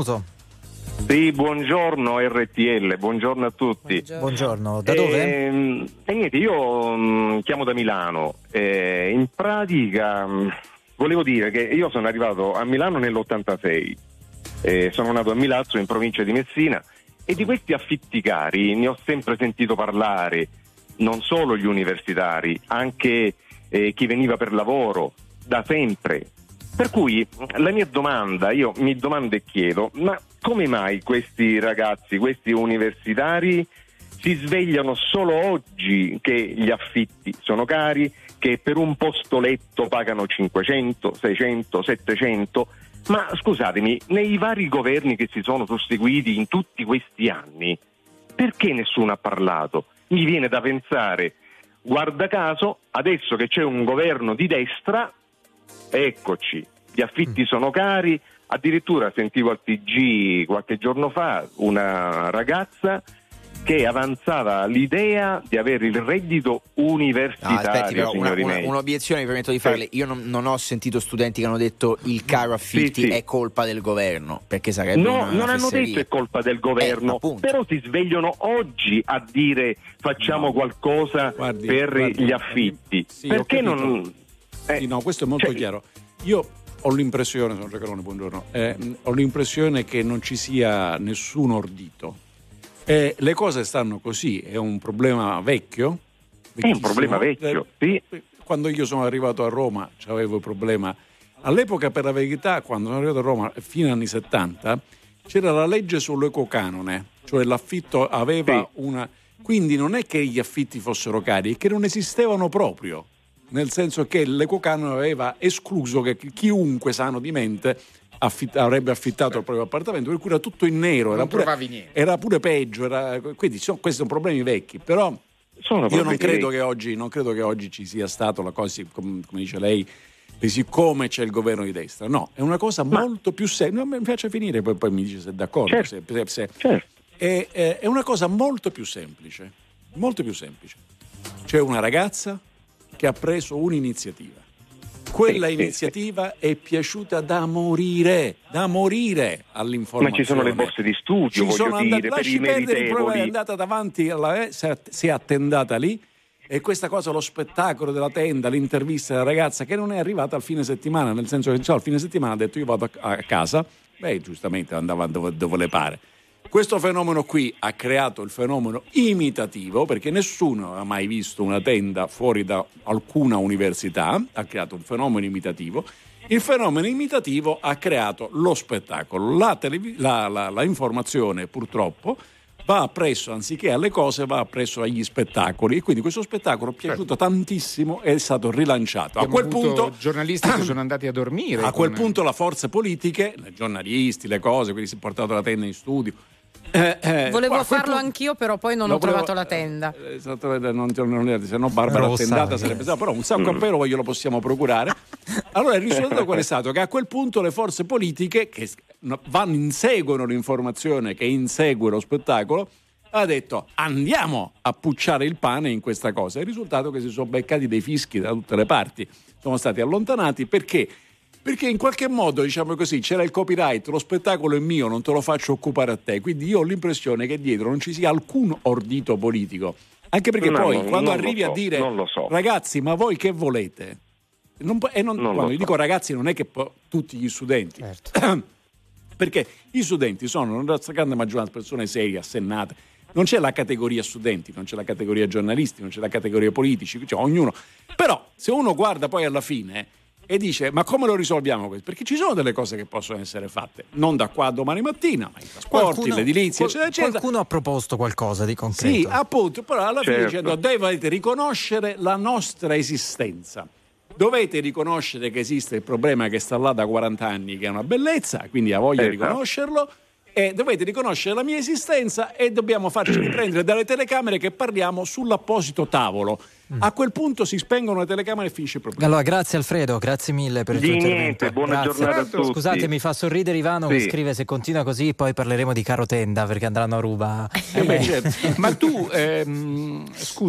Sì, buongiorno R T L, buongiorno a tutti. Buongiorno, buongiorno. Da dove? E, e niente, io mh, chiamo da Milano. E in pratica mh, volevo dire che io sono arrivato a Milano nell'ottantasei, e sono nato a Milazzo in provincia di Messina, e di questi affitti cari ne ho sempre sentito parlare, non solo gli universitari, anche eh, chi veniva per lavoro, da sempre. Per cui la mia domanda, io mi domando e chiedo, ma come mai questi ragazzi, questi universitari si svegliano solo oggi che gli affitti sono cari, che per un posto letto pagano cinquecento, seicento, settecento? Ma scusatemi, nei vari governi che si sono susseguiti in tutti questi anni, perché nessuno ha parlato? Mi viene da pensare, guarda caso, adesso che c'è un governo di destra, eccoci, gli affitti sono cari. Addirittura sentivo al T G qualche giorno fa una ragazza che avanzava l'idea di avere il reddito universitario. No, aspetti, però, una, una, miei. un'obiezione mi permetto di farle. Io non, non ho sentito studenti che hanno detto il caro affitti sì, sì. è colpa del governo, perché sarebbe no, una, non una hanno detto è colpa del governo, eh, però si svegliano oggi a dire facciamo no. qualcosa guardi, per guardi, gli affitti. Sì, perché non... Eh, sì, no, questo è molto cioè, chiaro. Io ho l'impressione, sono Giacalone, buongiorno, eh, ho l'impressione che non ci sia nessun ordito Eh, le cose stanno così, è un problema vecchio. È un problema vecchio, sì. Quando io sono arrivato a Roma avevo il problema. All'epoca, per la verità, quando sono arrivato a Roma, fino agli anni settanta, c'era la legge sull'ecocanone, cioè l'affitto aveva sì. una... Quindi non è che gli affitti fossero cari, è che non esistevano proprio, nel senso che l'ecocanone aveva escluso che chiunque sano di mente affitt- avrebbe affittato il proprio appartamento, per cui era tutto in nero, era, pure, era pure peggio, era... quindi sono, questi sono problemi vecchi, però sono io non credo, che oggi, non credo che oggi ci sia stato la cosa, come, come dice lei, siccome c'è il governo di destra. No, è una cosa Ma... molto più semplice. No, mi piace finire, poi, poi mi dice se è d'accordo. Certo. Se, se, se... Certo. È, è, è una cosa molto più semplice, molto più semplice. C'è una ragazza che ha preso un'iniziativa. Quella sì, iniziativa sì, sì. è piaciuuta da morire, da morire all'informazione. Ma ci sono le borse di studio, ci voglio sono dire, andati, per i è meritevoli. andata davanti, alla, si è attendata lì. E questa cosa, lo spettacolo della tenda, l'intervista della ragazza che non è arrivata al fine settimana, nel senso che cioè, al fine settimana ha detto io vado a, a casa, beh giustamente andava dove, dove le pare. Questo fenomeno qui ha creato il fenomeno imitativo, perché nessuno ha mai visto una tenda fuori da alcuna università, ha creato un fenomeno imitativo. Il fenomeno imitativo ha creato lo spettacolo, la, televis- la, la, la informazione purtroppo va appresso, anziché alle cose, va appresso agli spettacoli, e quindi questo spettacolo è piaciuto tantissimo e è stato rilanciato. Abbiamo a quel punto giornalisti che sono andati a dormire. A quel con... punto le forze politiche, i giornalisti, le cose, quindi si è portato la tenda in studio. Eh, eh, Volevo farlo punto... anch'io, però poi non ho volevo... trovato la tenda. Eh, non, non, se no Barbara Rossa, tendata sarebbe stata, però un sacco a pelo glielo possiamo procurare. Allora il risultato qual è stato? Che a quel punto le forze politiche che vanno, inseguono l'informazione, che insegue lo spettacolo, ha detto andiamo a pucciare il pane in questa cosa. Il risultato è che si sono beccati dei fischi da tutte le parti, sono stati allontanati perché perché in qualche modo, diciamo così, c'era il copyright, lo spettacolo è mio, non te lo faccio occupare a te, quindi io ho l'impressione che dietro non ci sia alcun ordito politico, anche perché no, poi non, quando non arrivi so, a dire non lo so. ragazzi ma voi che volete? Non, e non, non quando io so. dico ragazzi non è che po- tutti gli studenti, certo. Perché i studenti sono una stragrande maggioranza persone serie, assennate. Non c'è la categoria studenti, non c'è la categoria giornalisti, non c'è la categoria politici, cioè ognuno. Però se uno guarda poi alla fine e dice ma come lo risolviamo questo? Perché ci sono delle cose che possono essere fatte, non da qua a domani mattina, ma i trasporti, qualcuno, l'edilizia, eccetera, eccetera. Qualcuno ha proposto qualcosa di concreto. Sì, appunto, però alla fine certo. dicendo dovete riconoscere la nostra esistenza. Dovete riconoscere che esiste il problema che sta là da quaranta anni, che è una bellezza, quindi ha voglia di esatto. riconoscerlo. E dovete riconoscere la mia esistenza e dobbiamo farci riprendere dalle telecamere che parliamo sull'apposito tavolo. A quel punto si spengono le telecamere e finisce il problema. Allora, grazie Alfredo, grazie mille per il tuo Di intervento. niente, buona Grazie. giornata a tutti. Scusate, mi fa sorridere Ivano sì. che scrive se continua così poi parleremo di caro tenda perché andranno a ruba. Eh beh, certo. Ma tu, ehm,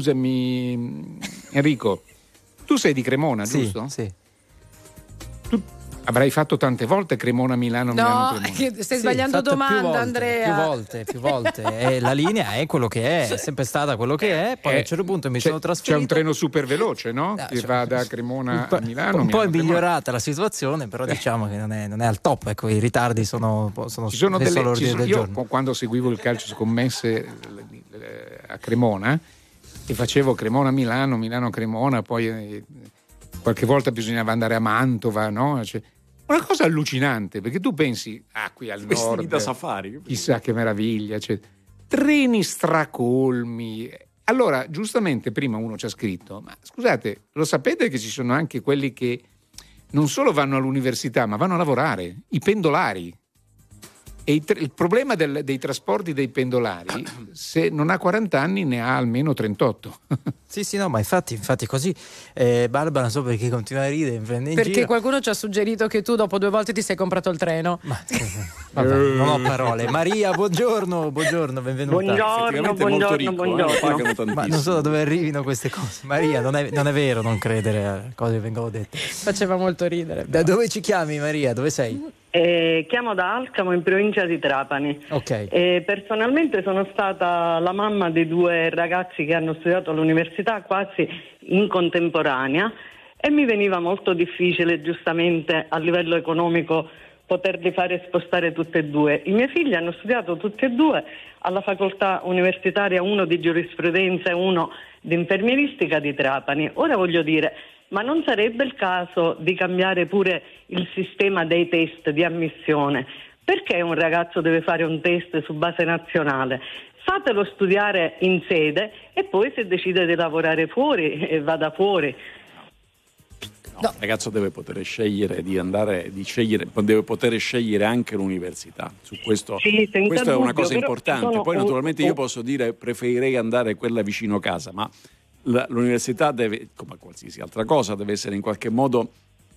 scusami Enrico, tu sei di Cremona, sì, giusto? Sì. Tu avrai fatto tante volte Cremona-Milano, No, Milano-Cremona. stai Sì, sbagliando fatto domanda, più volte, Andrea. Più volte, più volte. E la linea è quello che è, è sempre stata quello che è. Poi Eh, a un certo punto mi c'è, sono trasferito. C'è un treno super veloce, no? Ah, che cioè, va da Cremona un a Milano. Un po' è Milano, migliorata la situazione, però diciamo che non è, non è al top. Ecco, i ritardi sono, sono, Ci sono adesso delle, all'ordine ci sono, del io giorno. quando seguivo il calcio scommesse a Cremona e facevo Cremona-Milano, Milano-Cremona, poi eh, qualche volta bisognava andare a Mantova, no? Cioè, una cosa allucinante, perché tu pensi, ah, qui al Vestiti nord, da safari. chissà che meraviglia, cioè, treni stracolmi. Allora, giustamente, prima uno ci ha scritto, ma scusate, lo sapete che ci sono anche quelli che non solo vanno all'università, ma vanno a lavorare, i pendolari. E il, il problema del, dei trasporti dei pendolari, se non ha quaranta anni, ne ha almeno trentotto. Sì, sì, no, ma infatti, infatti così. Eh, Barbara, non so perché continua a ridere, mi prende in Perché giro. qualcuno ci ha suggerito che tu dopo due volte ti sei comprato il treno. Ma, vabbè, non ho parole. Maria, buongiorno, buongiorno, benvenuta. Buongiorno, buongiorno, ricco, buongiorno. eh, Ma non so da dove arrivino queste cose. Maria, non è, non è vero non credere a cose che vengono dette. Faceva molto ridere. Da dove ci chiami, Maria? Dove sei? Eh, chiamo da Alcamo, in provincia di Trapani. Ok. Eh, personalmente sono stata la mamma di due ragazzi che hanno studiato all'università quasi in contemporanea e mi veniva molto difficile, giustamente, a livello economico poterli fare spostare tutte e due. I miei figli hanno studiato tutte e due alla facoltà universitaria, uno di giurisprudenza e uno di infermieristica di Trapani. Ora voglio dire, ma non sarebbe il caso di cambiare pure il sistema dei test di ammissione? Perché un ragazzo deve fare un test su base nazionale? Fatelo studiare in sede e poi se decide di lavorare fuori eh, vada fuori. No, no. Il ragazzo deve poter scegliere di andare, di scegliere, deve poter scegliere anche l'università. Su questo, sì, questo è una cosa dubbio, importante. sono, Poi naturalmente io posso dire preferirei andare quella vicino casa, ma l'università deve, come qualsiasi altra cosa, deve essere in qualche modo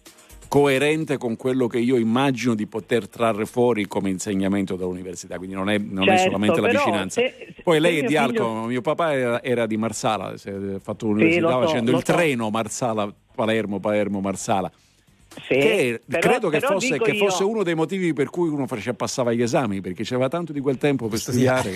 coerente con quello che io immagino di poter trarre fuori come insegnamento dall'università, quindi non è, non certo, è solamente la vicinanza. Se, Poi se lei è di figlio... Arco, mio papà era, era di Marsala, si è fatto l'università sì, so, facendo il so. treno Marsala-Palermo, Palermo-Marsala. Sì, che però, credo che, però fosse, che io... fosse uno dei motivi per cui uno faceva, passava gli esami, perché c'era tanto di quel tempo per studiare.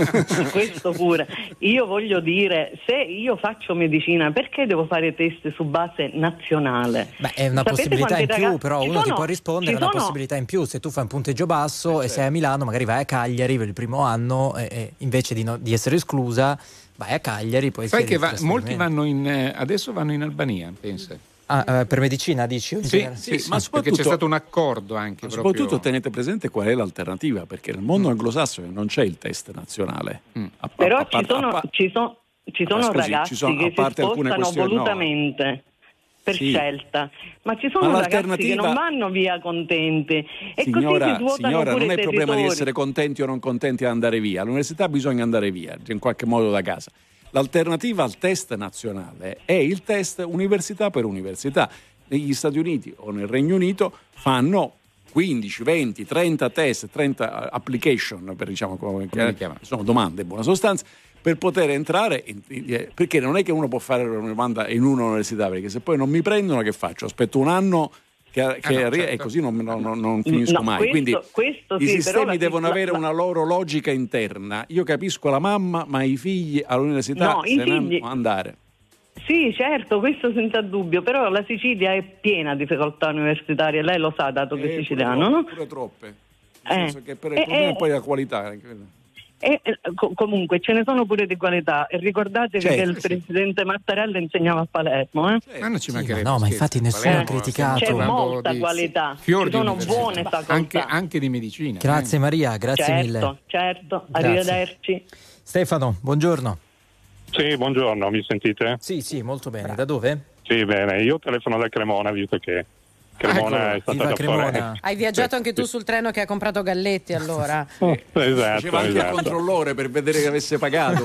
Questo pure. Io voglio dire, se io faccio medicina, perché devo fare test su base nazionale? Beh, è una Sapete possibilità in più, ragazzi... però ci uno sono, ti può rispondere, è una sono... possibilità in più. Se tu fai un punteggio basso eh, e sei a Milano, magari vai a Cagliari per il primo anno e, e invece di, no, di essere esclusa vai a Cagliari, poi sai che va, molti vanno in eh, adesso vanno in Albania, pensa. Ah, eh, per medicina dici? Sì, sì, sì, ma perché c'è stato un accordo anche. Ma proprio... soprattutto tenete presente qual è l'alternativa, perché nel mondo mm. anglosassone non c'è il test nazionale. Mm. A, Però a, a, ci sono, a, ci sono, ci sono scusi, ragazzi ci sono, che si spostano volutamente. No. Per sì. scelta, ma ci sono ma ragazzi che non vanno via contenti e signora, così si svuotano signora, pure non è il problema territori. di essere contenti o non contenti ad andare via. All'università bisogna andare via in qualche modo da casa. L'alternativa al test nazionale è il test università per università. Negli Stati Uniti o nel Regno Unito fanno quindici, venti, trenta test, trenta application, per, diciamo, come sono domande in buona sostanza, per poter entrare in, in, perché non è che uno può fare una domanda in una università, perché se poi non mi prendono che faccio? Aspetto un anno che, che ah, no, certo. e così non, non, non, non finisco no, mai. Questo, Quindi questo i sì, sistemi devono la, avere la, una loro logica interna. Io capisco la mamma, ma i figli all'università no, se ne hanno andare. Sì, certo, questo senza dubbio, però la Sicilia è piena di facoltà universitarie, lei lo sa dato che è siciliano, pure no? Pure troppe, nel eh, senso che per il problema eh, è poi la qualità. E, e, co- comunque ce ne sono pure di qualità e ricordatevi certo, che il sì. presidente Mattarella insegnava a Palermo, eh? Certo. Ah, non ci sì, ma no, ma infatti nessuno ha criticato. C'è molta di, qualità, ci sono buone facoltà anche, anche di medicina. Grazie eh. Maria, grazie certo, mille. Certo, grazie. Arrivederci. Stefano, buongiorno. Sì, buongiorno, mi sentite? Sì, sì, molto bene. Da dove? Sì, bene, io telefono da Cremona, visto che Cremona ah, è stata da Cremona. Hai viaggiato anche tu sul treno che ha comprato Galletti, allora? Oh, esatto, faceva anche esatto. il controllore per vedere che avesse pagato.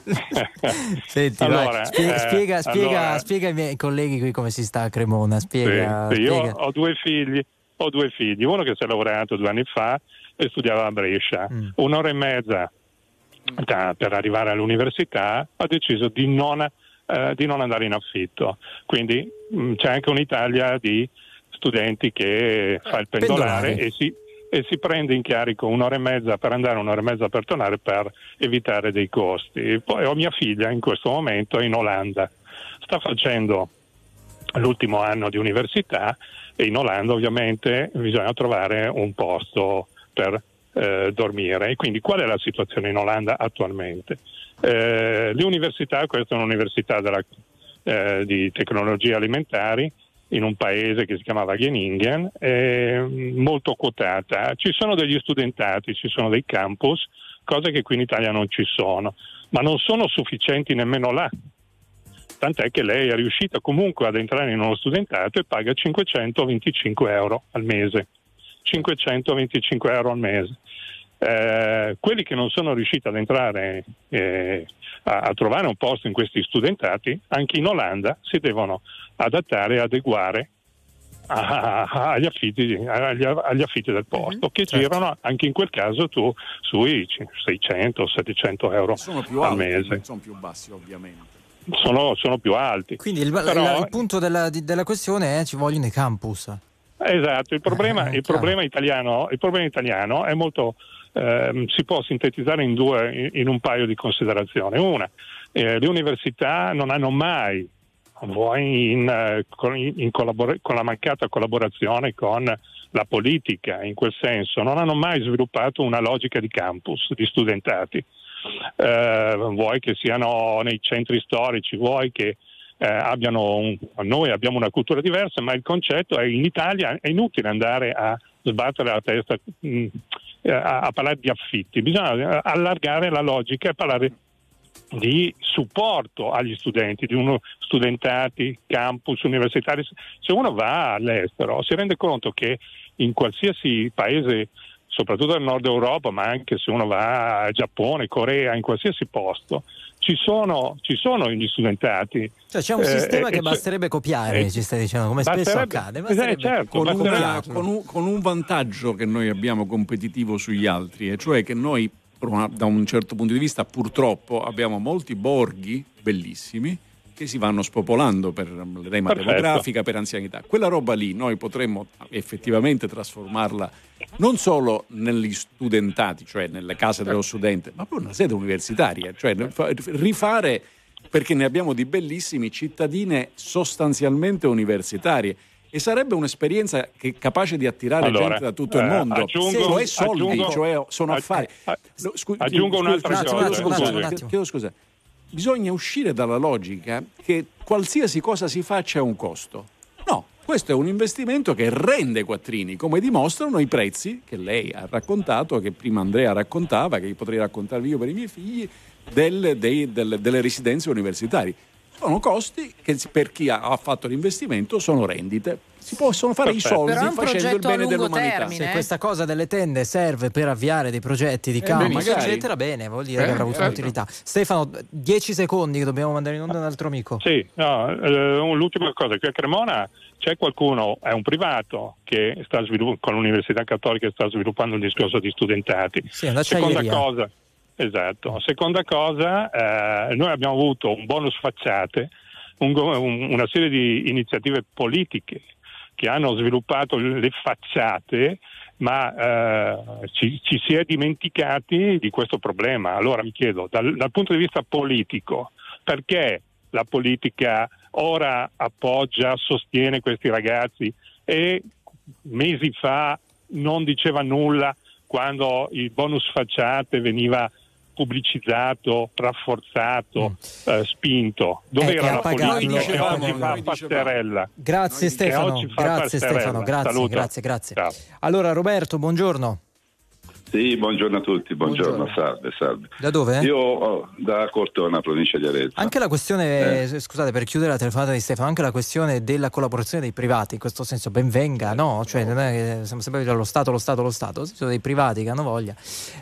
Senti, allora, vai. Spiega, eh, spiega, spiega, allora, spiega ai miei colleghi qui come si sta a Cremona. Spiega, sì, sì, spiega. Io ho due figli, ho due figli, uno che si è laureato due anni fa e studiava a Brescia, mm. un'ora e mezza da, per arrivare all'università ha deciso di non, eh, di non andare in affitto, quindi mh, c'è anche un'Italia di studenti che fa il pendolare, pendolare. E, si, e si prende in carico un'ora e mezza per andare, un'ora e mezza per tornare per evitare dei costi. Poi ho mia figlia in questo momento in Olanda, sta facendo l'ultimo anno di università e in Olanda ovviamente bisogna trovare un posto per eh, dormire. E quindi qual è la situazione in Olanda attualmente? Eh, le università, questa è un'università della, eh, di tecnologie alimentari in un paese che si chiama Wageningen, eh, molto quotata. Ci sono degli studentati, ci sono dei campus, cose che qui in Italia non ci sono, ma non sono sufficienti nemmeno là. Tant'è che lei è riuscita comunque ad entrare in uno studentato e paga cinquecentoventicinque euro al mese. cinquecentoventicinque euro al mese. Eh, quelli che non sono riusciti ad entrare eh, a, a trovare un posto in questi studentati, anche in Olanda si devono adattare e adeguare a, a, agli, affitti, agli, agli affitti del posto, mm-hmm, che certo. girano anche in quel caso tu sui seicento settecento euro sono più al alti, mese. Non sono più bassi ovviamente. Sono, sono più alti. Quindi il, Però, il punto della, della questione è ci vogliono i campus. Esatto, il problema, eh, il problema italiano, il problema italiano è molto eh, si può sintetizzare in due, in, in un paio di considerazioni. Una, eh, le università non hanno mai, vuoi in, in, in collabor- con la mancata collaborazione con la politica in quel senso non hanno mai sviluppato una logica di campus, di studentati, eh, vuoi che siano nei centri storici, vuoi che eh, abbiano un, noi abbiamo una cultura diversa, ma il concetto è in Italia è inutile andare a sbattere la testa mh, a, a parlare di affitti, bisogna allargare la logica e parlare di supporto agli studenti, di uno studentati, campus universitari. Se uno va all'estero si rende conto che in qualsiasi paese, soprattutto nel nord Europa, ma anche se uno va a Giappone, Corea, in qualsiasi posto, ci sono, ci sono gli studentati. Cioè c'è un eh, sistema eh, che basterebbe copiare, eh, ci stai dicendo, come spesso accade. Eh, certo, con, una, con, un, con un vantaggio che noi abbiamo competitivo sugli altri, e cioè che noi da un certo punto di vista purtroppo abbiamo molti borghi bellissimi che si vanno spopolando per l'edema demografica, per anzianità. Quella roba lì noi potremmo effettivamente trasformarla non solo negli studentati, cioè nelle case dello studente, ma proprio una sede universitaria, cioè rifare, perché ne abbiamo di bellissimi, cittadine sostanzialmente universitarie. E sarebbe un'esperienza che capace di attirare allora, gente da tutto il eh, mondo, aggiungo, cioè soldi, aggiungo, cioè sono affari. Scu- aggiungo scu- un'altra scu- cosa. Chiedo scusa, chiedo scusa. Bisogna uscire dalla logica che qualsiasi cosa si faccia ha un costo. No, questo è un investimento che rende quattrini, come dimostrano i prezzi che lei ha raccontato, che prima Andrea raccontava, che potrei raccontarvi io per i miei figli, del, dei, del, delle residenze universitarie. Sono costi che per chi ha fatto l'investimento sono rendite. Si possono fare Perfetto. i soldi facendo il bene dell'umanità. Termine, Se questa cosa delle tende serve per avviare dei progetti di eh, campus, eccetera, bene, vuol dire eh, che avrà avuto certo. un'utilità. Stefano, dieci secondi che dobbiamo mandare in onda un altro amico. Sì, no, eh, l'ultima cosa, qui a Cremona c'è qualcuno, è un privato che sta sviluppando, con l'Università Cattolica sta sviluppando un discorso di studentati. Sì, è una Seconda cosa, esatto. Seconda cosa, eh, noi abbiamo avuto un bonus facciate, un, un, una serie di iniziative politiche che hanno sviluppato le facciate, ma eh, ci, ci si è dimenticati di questo problema. Allora mi chiedo, dal, dal punto di vista politico, perché la politica ora appoggia, sostiene questi ragazzi e mesi fa non diceva nulla quando il bonus facciate veniva pubblicizzato, rafforzato, mm. eh, spinto. Dove eh, era la pagato, politica che oggi fa passerella? Grazie Noi, Stefano, grazie Stefano, grazie, grazie, grazie. Ciao. Allora Roberto, buongiorno. Sì, buongiorno a tutti, buongiorno, buongiorno. salve, salve. Da dove? Io oh, da Cortona, provincia di Arezzo. Anche la questione, eh. scusate per chiudere la telefonata di Stefano, anche la questione della collaborazione dei privati, in questo senso ben venga, no? Cioè non è che siamo sempre allo Stato, lo Stato, lo Stato, ci sono dei privati che hanno voglia.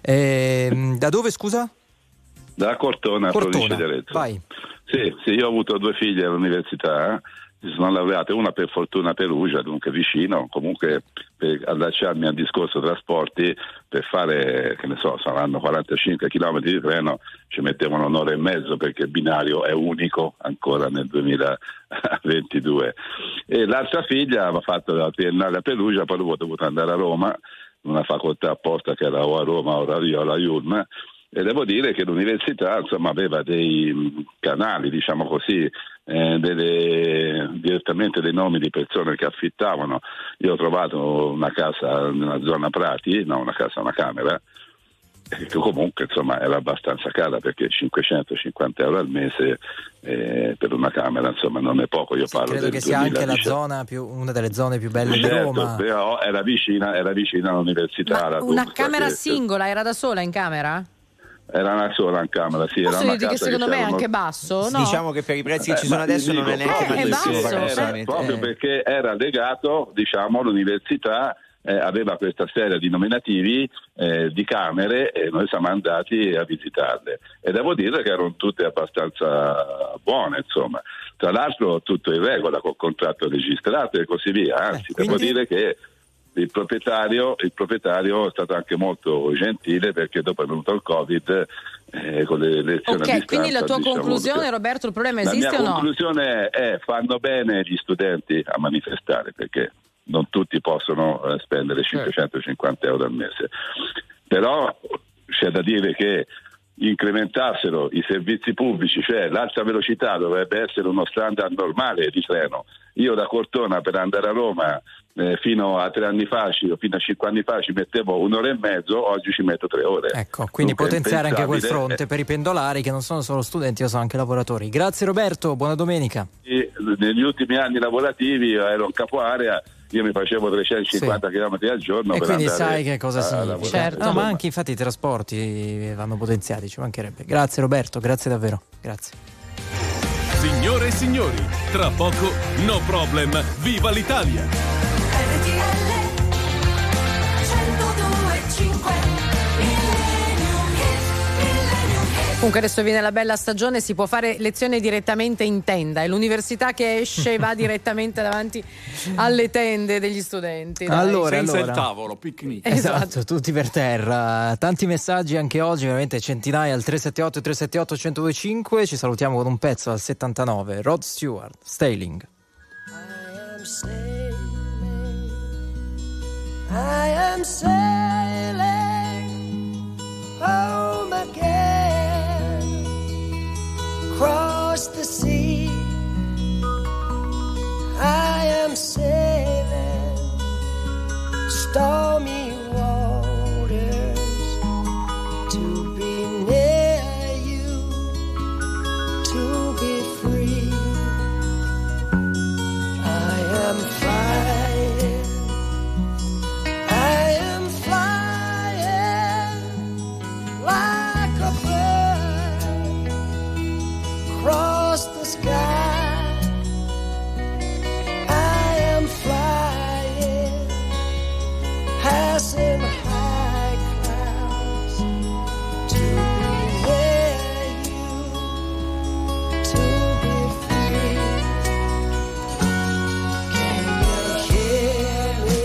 Eh, da dove, scusa? Da Cortona, Cortona, provincia di Arezzo. Vai. Sì, sì, io ho avuto due figlie all'università, si sono laureate, una per fortuna a Perugia, dunque vicino, comunque per allacciarmi al discorso trasporti, per fare, che ne so, saranno quarantacinque chilometri di treno, ci mettevano un'ora e mezzo perché il binario è unico ancora nel duemilaventidue. E l'altra figlia aveva fatto la triennale a Perugia, poi dopo ho dovuto andare a Roma, in una facoltà apposta che era o a Roma o a Rio, alla I U L M, e devo dire che l'università insomma aveva dei canali, diciamo così, eh, delle, direttamente dei nomi di persone che affittavano. Io ho trovato una casa nella zona Prati, no, una casa, una camera, che comunque insomma era abbastanza cara perché cinquecentocinquanta euro al mese eh, per una camera insomma non è poco. Io parlo credo del che sia anche la duemiladiciotto. zona più, una delle zone più belle certo, di Roma. Però era vicina, era vicina all'università. Ma una camera singola, era da sola in camera? Era una sola in camera, sì. Posso era una dirti casa che secondo che me è c'erano... anche basso, no? Diciamo che per i prezzi che ci Eh, sono ma adesso dico, non è neanche proprio malissimo, perché paradossalmente. era, proprio Eh. perché era legato, diciamo, l'università eh, aveva questa serie di nominativi eh, di camere e noi siamo andati a visitarle e devo dire che erano tutte abbastanza buone, insomma. Tra l'altro tutto in regola, col contratto registrato e così via, anzi, eh, devo quindi... dire che il proprietario, il proprietario è stato anche molto gentile perché dopo è venuto il Covid eh, con le lezioni ok, a distanza. Quindi la tua diciamo conclusione, che... Roberto, il problema La esiste mia o no? conclusione è fanno bene gli studenti a manifestare perché non tutti possono eh, spendere cinquecentocinquanta euro al mese, però c'è da dire che incrementassero i servizi pubblici, cioè l'alta velocità dovrebbe essere uno standard normale di treno. Io da Cortona per andare a Roma eh, fino a tre anni fa, o fino a cinque anni fa ci mettevo un'ora e mezzo, oggi ci metto tre ore. Ecco, quindi Dunque, potenziare anche quel fronte eh, per i pendolari che non sono solo studenti, ma sono anche lavoratori. Grazie Roberto, buona domenica. E negli ultimi anni lavorativi ero in capo area, io mi facevo trecentocinquanta chilometri al giorno E per quindi andare sai che cosa a significa. lavorare. Certo. No, ma anche infatti i trasporti vanno potenziati, ci mancherebbe. Grazie Roberto, grazie davvero. Grazie. Signore e signori, tra poco No Problem, viva l'Italia! R T L centodue e cinque Millennium Hit, Millennium Hit. Comunque adesso viene la bella stagione, si può fare lezione direttamente in tenda, è l'università che esce e va direttamente davanti alle tende degli studenti. Dai. Allora, senza allora. il tavolo, picnic. Esatto. esatto, tutti per terra. Tanti messaggi anche oggi, veramente centinaia al tre sette otto tre sette otto uno zero due cinque. Ci salutiamo con un pezzo al settantanove. Rod Stewart, Sailing. I am sailing home again, across the sea. I am sailing stormy waters to be near you, to be free. I am flying, I am flying like a bird across the sky. I am flying, passing high clouds to be near you, to be free. Can you hear me?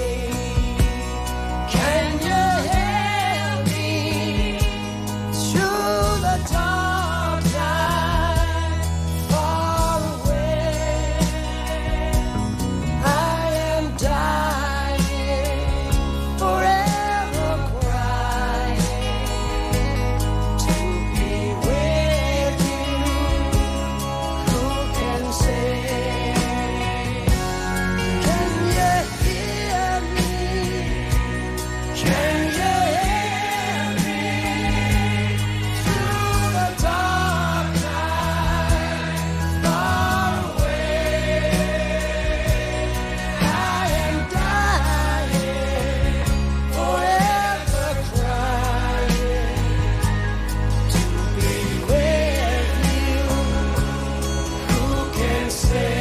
Can you hear me through the dark night, far away? I am dying, forever crying to be with you. Who can say? Can you hear me? Can you hear me through the dark night, far away? I am dying, forever crying to be with you. Who can say?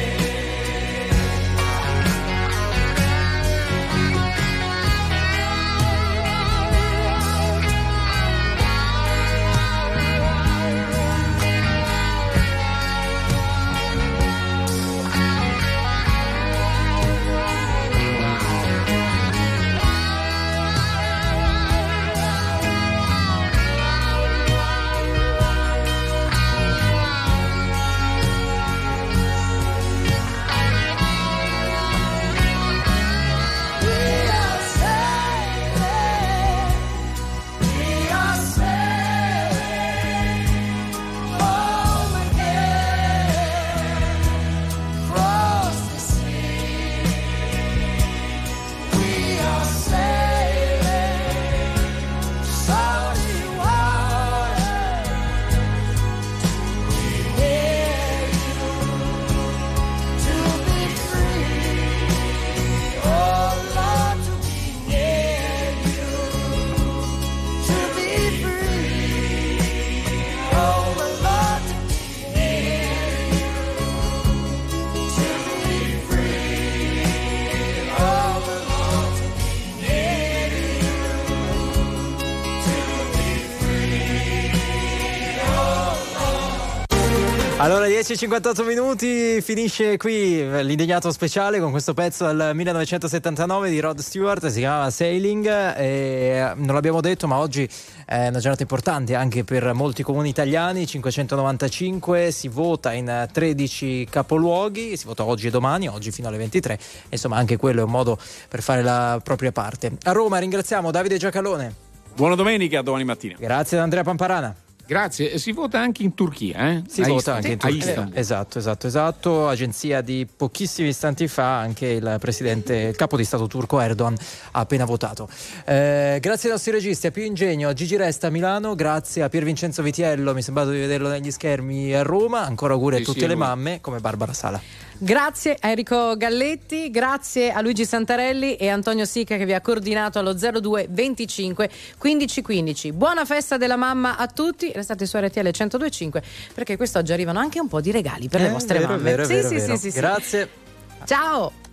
We are sailing, we are sailing home again, across the sea. We are sailing salty water to be near you, to be free. Oh Lord, to be near you, to be free. Oh my Lord, to be near you, to be free. Oh my Lord, to be near you, to be free. Oh Lord. Allora, dieci e cinquantotto minuti, finisce qui l'Indignato speciale con questo pezzo del millenovecentosettantanove di Rod Stewart, si chiamava Sailing, e non l'abbiamo detto ma oggi è una giornata importante anche per molti comuni italiani, cinquecentonovantacinque, si vota in tredici capoluoghi, si vota oggi e domani, oggi fino alle ventitré, insomma anche quello è un modo per fare la propria parte. A Roma ringraziamo Davide Giacalone. Buona domenica, domani mattina. Grazie ad Andrea Pamparana. Grazie, si vota anche in Turchia, eh? Si a vota Istanbul. anche in A Turchia. Istanbul. Esatto, esatto, esatto. Agenzia di pochissimi istanti fa, anche il presidente, il capo di Stato turco Erdogan ha appena votato. Eh, grazie ai nostri registi, a Pio Ingegno, a Gigi Resta a Milano, grazie a Pier Vincenzo Vitiello, mi è sembrato di vederlo negli schermi a Roma. Ancora auguri Sì, a tutte sì, le lui. mamme, come Barbara Sala. Grazie a Enrico Galletti, grazie a Luigi Santarelli e Antonio Sicca che vi ha coordinato allo zero due venticinque quindici quindici. Buona festa della mamma a tutti, restate su R T L centodue e cinque perché quest'oggi arrivano anche un po' di regali per le Eh, vostre vero, mamme. vero, sì, vero, sì, vero. sì, sì, sì. Grazie. Ciao.